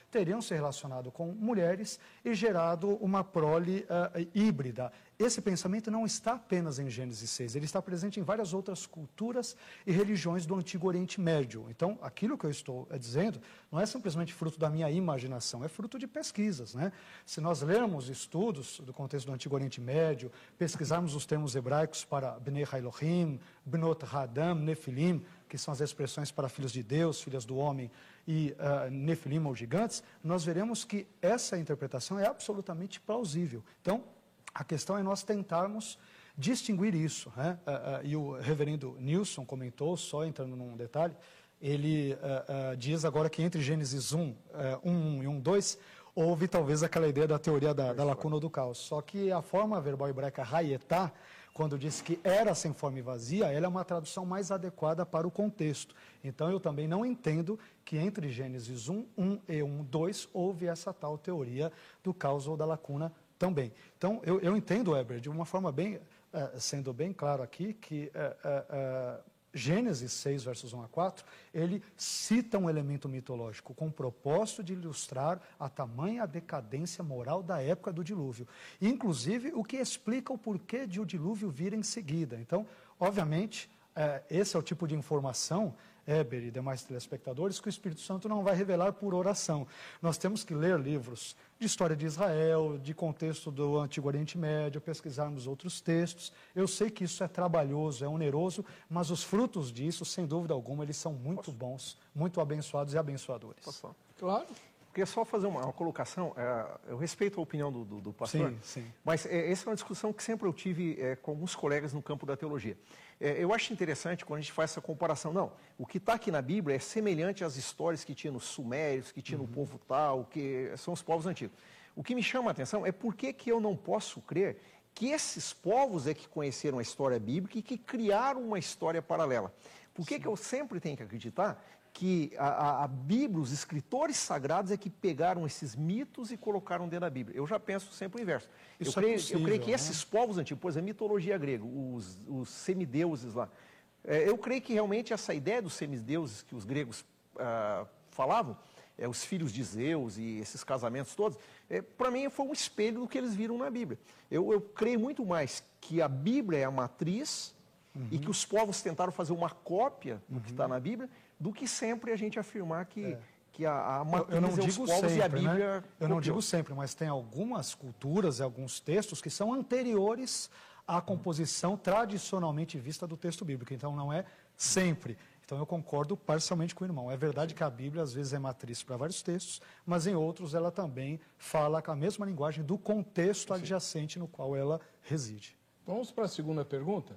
C: teriam se relacionado com mulheres e gerado uma prole uh, híbrida. Esse pensamento não está apenas em Gênesis seis, ele está presente em várias outras culturas e religiões do Antigo Oriente Médio. Então, aquilo que eu estou dizendo não é simplesmente fruto da minha imaginação, é fruto de pesquisas, né? Se nós lermos estudos do contexto do Antigo Oriente Médio, pesquisarmos os termos hebraicos para Bnei Elohim, Bnot Hadam, Nefilim, que são as expressões para filhos de Deus, filhas do homem, e uh, Nefilim ou gigantes, nós veremos que essa interpretação é absolutamente plausível. Então, a questão é nós tentarmos distinguir isso, né? Uh, uh, e o reverendo Nilson comentou, só entrando num detalhe, ele uh, uh, diz agora que entre Gênesis um, um e um, dois, houve talvez aquela ideia da teoria da, da lacuna ou do caos. Só que a forma verbal hebraica raietá, quando diz que era sem forma e vazia, ela é uma tradução mais adequada para o contexto. Então, eu também não entendo que entre Gênesis um, um e um, dois, houve essa tal teoria do caos ou da lacuna também. Então, eu, eu entendo, Weber, de uma forma bem, uh, sendo bem claro aqui, que uh, uh, uh, Gênesis seis, versos um a quatro, ele cita um elemento mitológico com o propósito de ilustrar a tamanha decadência moral da época do dilúvio. Inclusive, o que explica o porquê de o dilúvio vir em seguida. Então, obviamente, uh, esse é o tipo de informação, Heber e demais telespectadores, que o Espírito Santo não vai revelar por oração. Nós temos que ler livros de história de Israel, de contexto do Antigo Oriente Médio, pesquisarmos outros textos. Eu sei que isso é trabalhoso, é oneroso, mas os frutos disso, sem dúvida alguma, eles são muito
B: Posso?
C: bons, muito abençoados e abençoadores.
B: Posso falar?
A: Claro.
B: Queria só fazer uma, uma colocação, é, eu respeito a opinião do, do, do pastor,
C: Sim, sim.
B: mas é, essa é uma discussão que sempre eu tive é, com alguns colegas no campo da teologia. É, eu acho interessante quando a gente faz essa comparação. Não, o que está aqui na Bíblia é semelhante às histórias que tinha nos sumérios, que tinha no povo tal, que são os povos antigos. O que me chama a atenção é por que, que eu não posso crer que esses povos é que conheceram a história bíblica e que criaram uma história paralela. Por que, que eu sempre tenho que acreditar que a, a, a Bíblia, os escritores sagrados é que pegaram esses mitos e colocaram dentro da Bíblia? Eu já penso sempre o inverso.
C: Isso
B: eu, creio,
C: é possível,
B: eu creio que
C: né?
B: esses povos antigos, por exemplo, a mitologia grega, os, os semideuses lá, é, eu creio que realmente essa ideia dos semideuses que os gregos ah, falavam, é, os filhos de Zeus e esses casamentos todos, é, para mim foi um espelho do que eles viram na Bíblia. Eu, eu creio muito mais que a Bíblia é a matriz uhum. e que os povos tentaram fazer uma cópia do uhum. que está na Bíblia, do que sempre a gente afirmar que, é. que a, a matriz
C: eu, eu não
B: é os
C: digo
B: povos
C: sempre,
B: e a Bíblia...
C: Né? Eu não digo sempre, mas tem algumas culturas e alguns textos que são anteriores à composição tradicionalmente vista do texto bíblico. Então, não é sempre. Então, eu concordo parcialmente com o irmão. É verdade que a Bíblia, às vezes, é matriz para vários textos, mas em outros ela também fala com a mesma linguagem do contexto Sim. adjacente no qual ela reside.
A: Vamos para a segunda pergunta?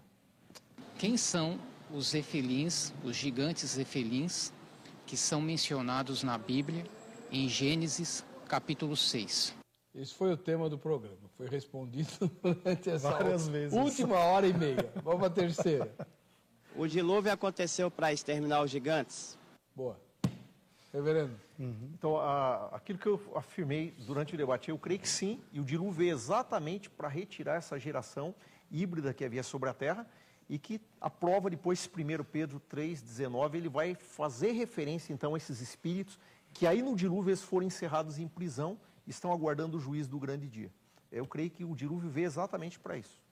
F: Quem são os Zefilins, os gigantes Zefilins, que são mencionados na Bíblia em Gênesis capítulo seis?
A: Esse foi o tema do programa. Foi respondido durante essa
C: Várias vezes.
A: última hora e meia. Vamos à terceira.
G: O dilúvio aconteceu para exterminar os gigantes?
A: Boa. Reverendo.
B: Uhum. Então, a, aquilo que eu afirmei durante o debate, eu creio que sim, e o dilúvio veio exatamente para retirar essa geração híbrida que havia sobre a terra, e que a prova depois, primeiro Pedro três, dezenove, ele vai fazer referência então a esses espíritos que aí no dilúvio eles foram encerrados em prisão e estão aguardando o juízo do grande dia. Eu creio que o dilúvio veio exatamente para isso.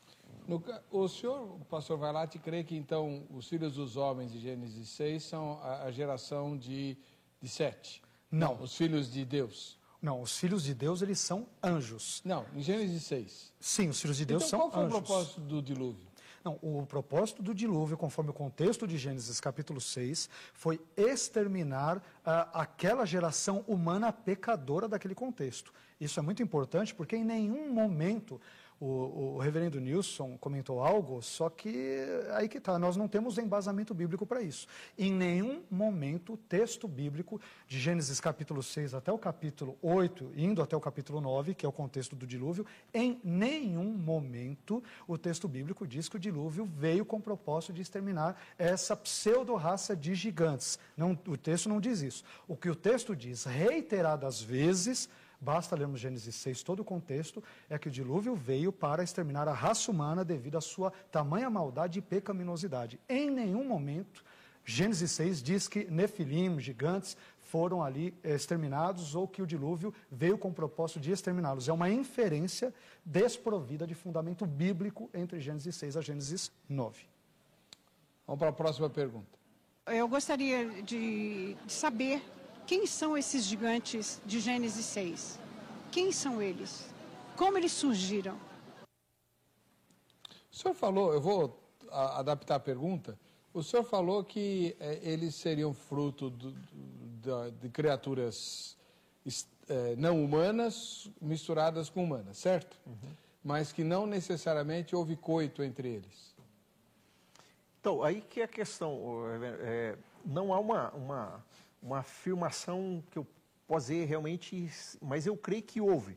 A: No, o senhor, o pastor Vailate, crê que então os filhos dos homens de Gênesis seis são a, a geração de, de Sete?
C: Não.
A: Não. Os filhos de Deus?
C: Não, os filhos de Deus, eles são anjos.
A: Não, em Gênesis seis.
C: Sim, os filhos de Deus
A: então,
C: são
A: qual foi
C: anjos.
A: o propósito do dilúvio?
C: Não, o propósito do dilúvio, conforme o contexto de Gênesis capítulo seis, foi exterminar ah, aquela geração humana pecadora daquele contexto. Isso é muito importante porque em nenhum momento o, o reverendo Nilson comentou algo, só que aí que está, nós não temos embasamento bíblico para isso. Em nenhum momento o texto bíblico de Gênesis capítulo seis até o capítulo oito, indo até o capítulo nove, que é o contexto do dilúvio, em nenhum momento o texto bíblico diz que o dilúvio veio com o propósito de exterminar essa pseudo-raça de gigantes. Não, o texto não diz isso. O que o texto diz reiteradas vezes, basta lermos Gênesis seis, todo o contexto, é que o dilúvio veio para exterminar a raça humana devido à sua tamanha maldade e pecaminosidade. Em nenhum momento, Gênesis seis diz que Nefilim, gigantes, foram ali exterminados ou que o dilúvio veio com o propósito de exterminá-los. É uma inferência desprovida de fundamento bíblico entre Gênesis seis a Gênesis nove.
A: Vamos para a próxima pergunta.
H: Eu gostaria de, de saber quem são esses gigantes de Gênesis seis. Quem são eles? Como eles surgiram?
A: O senhor falou, eu vou a, adaptar a pergunta, o senhor falou que é, eles seriam fruto do, do, de criaturas é, não humanas misturadas com humanas, certo? Uhum. Mas que não necessariamente houve coito entre eles.
B: Então, aí que é a questão, é, não há uma, uma, uma afirmação que eu possa dizer realmente, mas eu creio que houve.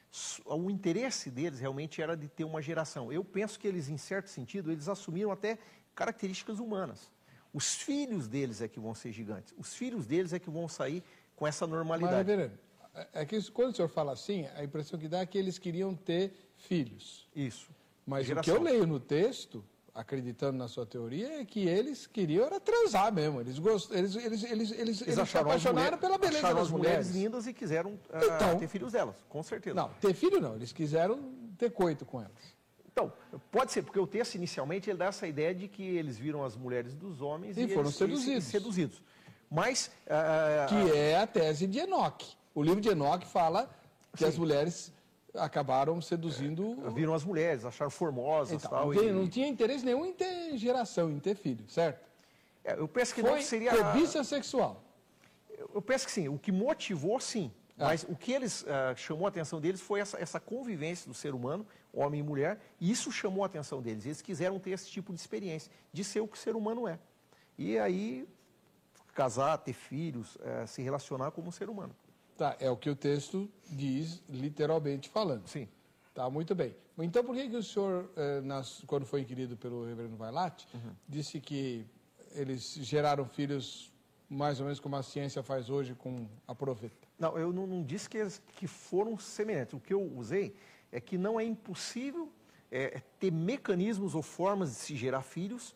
B: O interesse deles realmente era de ter uma geração. Eu penso que eles, em certo sentido, eles assumiram até características humanas. Os filhos deles é que vão ser gigantes. Os filhos deles é que vão sair com essa normalidade.
A: Mas, reverendo, é que quando o senhor fala assim, a impressão que dá é que eles queriam ter filhos.
B: Isso.
A: Mas
B: geração.
A: O que eu leio no texto, acreditando na sua teoria, é que eles queriam era transar mesmo. Eles, gost... eles, eles, eles, eles, eles se apaixonaram mulher... pela beleza
B: acharam
A: das
B: as
A: mulheres.
B: mulheres lindas e quiseram uh,
A: então,
B: ter filhos delas, com certeza.
A: Não, ter filho não. Eles quiseram ter coito com elas.
B: Então, pode ser, porque o texto inicialmente ele dá essa ideia de que eles viram as mulheres dos homens
A: e,
B: e
A: foram
B: eles,
A: seduzidos.
B: Eles, seduzidos. Mas... Uh,
A: que é a tese de Enoque. O livro de Enoque fala que sim. as mulheres acabaram seduzindo...
B: É, viram as mulheres, acharam formosas
A: então,
B: tal,
A: não,
B: e...
A: não tinha interesse nenhum em ter geração, em ter filho, certo?
B: É, eu penso que
A: Foi
B: não seria...
A: cobiça sexual.
B: Eu, eu penso que sim. O que motivou, sim. Ah. Mas o que eles uh, chamou a atenção deles foi essa, essa convivência do ser humano, homem e mulher, e isso chamou a atenção deles. Eles quiseram ter esse tipo de experiência, de ser o que o ser humano é. E aí, casar, ter filhos, uh, se relacionar como um ser humano.
A: Tá, é o que o texto diz, literalmente falando.
B: Sim.
A: Tá, muito bem. Então, por que, que o senhor, eh, nas, quando foi inquirido pelo reverendo Vailate, uhum. disse que eles geraram filhos mais ou menos como a ciência faz hoje com a proveta?
B: Não, eu não, não disse que, eles, que foram semelhantes. O que eu usei é que não é impossível é, ter mecanismos ou formas de se gerar filhos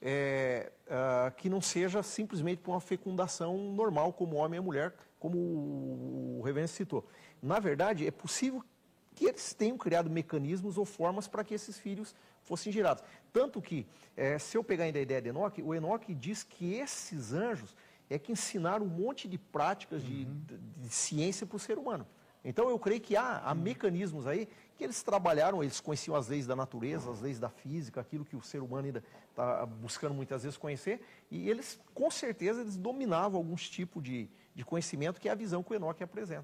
B: é, uh, que não seja simplesmente por uma fecundação normal, como homem e mulher, como o reverendo citou. Na verdade, é possível que eles tenham criado mecanismos ou formas para que esses filhos fossem gerados. Tanto que, é, se eu pegar ainda a ideia de Enoque, o Enoque diz que esses anjos é que ensinaram um monte de práticas de, uhum. de, de ciência para o ser humano. Então, eu creio que há, há uhum. mecanismos aí que eles trabalharam, eles conheciam as leis da natureza, as leis da física, aquilo que o ser humano ainda está buscando muitas vezes conhecer, e eles, com certeza, eles dominavam alguns tipos de, de conhecimento que é a visão que o Enoque apresenta.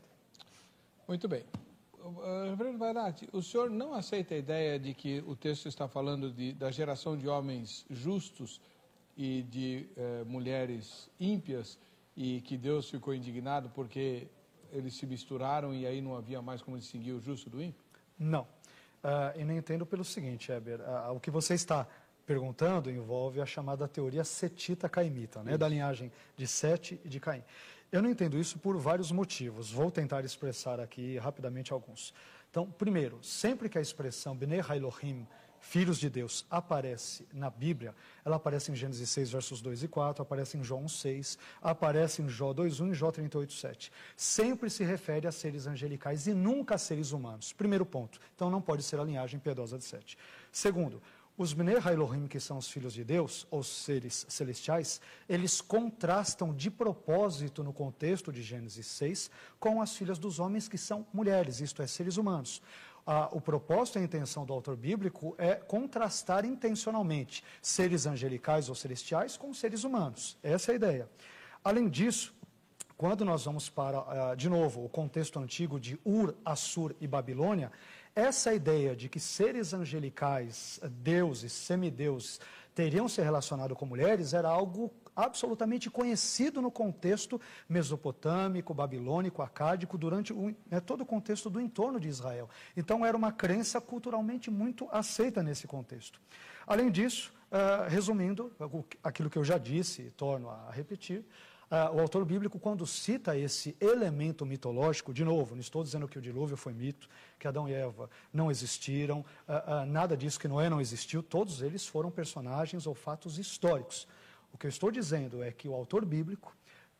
A: Muito bem. Uh, reverendo Vailate, o senhor não aceita a ideia de que o texto está falando de, da geração de homens justos e de uh, mulheres ímpias e que Deus ficou indignado porque eles se misturaram e aí não havia mais como distinguir o justo do ímpio?
C: Não. Uh, eu não entendo pelo seguinte, Heber. Uh, o que você está perguntando envolve a chamada teoria setita-caimita, né, da linhagem de Sete e de Caim. Eu não entendo isso por vários motivos. Vou tentar expressar aqui rapidamente alguns. Então, primeiro, sempre que a expressão Bnei Elohim, filhos de Deus, aparece na Bíblia, ela aparece em Gênesis seis, versos dois e quatro, aparece em Jó um, seis, aparece em Jó dois, um e Jó trinta e oito, sete. Sempre se refere a seres angelicais e nunca a seres humanos. Primeiro ponto. Então, não pode ser a linhagem piedosa de Sete. Segundo, os Bnei Elohim, que são os filhos de Deus, ou seres celestiais, eles contrastam de propósito no contexto de Gênesis seis com as filhas dos homens que são mulheres, isto é, seres humanos. Ah, o propósito e a intenção do autor bíblico é contrastar intencionalmente seres angelicais ou celestiais com seres humanos. Essa é a ideia. Além disso, quando nós vamos para, ah, de novo, o contexto antigo de Ur, Assur e Babilônia, essa ideia de que seres angelicais, deuses, semideuses, teriam se relacionado com mulheres era algo absolutamente conhecido no contexto mesopotâmico, babilônico, acádico, durante o, né, todo o contexto do entorno de Israel. Então, era uma crença culturalmente muito aceita nesse contexto. Além disso, uh, resumindo aquilo que eu já disse e torno a repetir, Uh, o autor bíblico, quando cita esse elemento mitológico, de novo, não estou dizendo que o dilúvio foi mito, que Adão e Eva não existiram, uh, uh, nada disso que Noé não existiu, todos eles foram personagens ou fatos históricos. O que eu estou dizendo é que o autor bíblico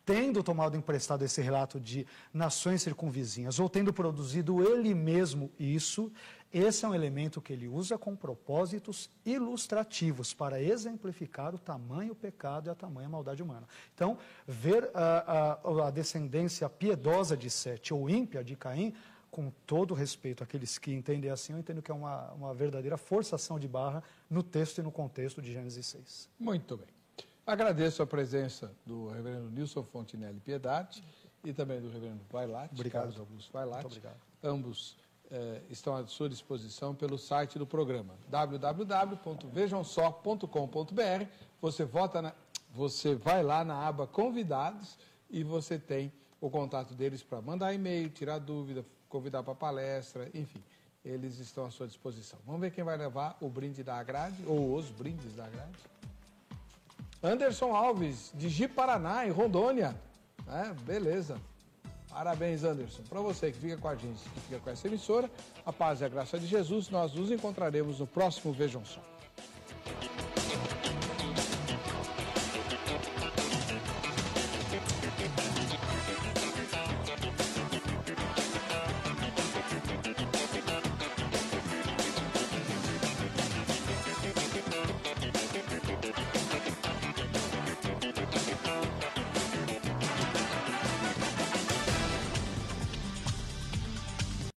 C: tendo tomado emprestado esse relato de nações circunvizinhas, ou tendo produzido ele mesmo isso, esse é um elemento que ele usa com propósitos ilustrativos para exemplificar o tamanho pecado e a tamanha maldade humana. Então, ver a, a, a descendência piedosa de Sete ou ímpia de Caim, com todo respeito àqueles que entendem assim, eu entendo que é uma, uma verdadeira forçação de barra no texto e no contexto de Gênesis seis.
A: Muito bem. Agradeço a presença do reverendo Nilson Fontinelli Piedade e também do reverendo Vailate,
C: obrigado.
A: Carlos Augusto Vailate.
C: Muito obrigado.
A: Ambos eh, estão à sua disposição pelo site do programa, w w w ponto vejam só ponto com ponto b r. Você, vota na, você vai lá na aba Convidados e você tem o contato deles para mandar e-mail, tirar dúvida, convidar para palestra, enfim. Eles estão à sua disposição. Vamos ver quem vai levar o brinde da grade, ou os brindes da grade. Anderson Alves, de Ji-Paraná, em Rondônia. É, beleza. Parabéns, Anderson. Para você que fica com a gente, que fica com essa emissora, a paz e a graça de Jesus, nós nos encontraremos no próximo Vejam Só.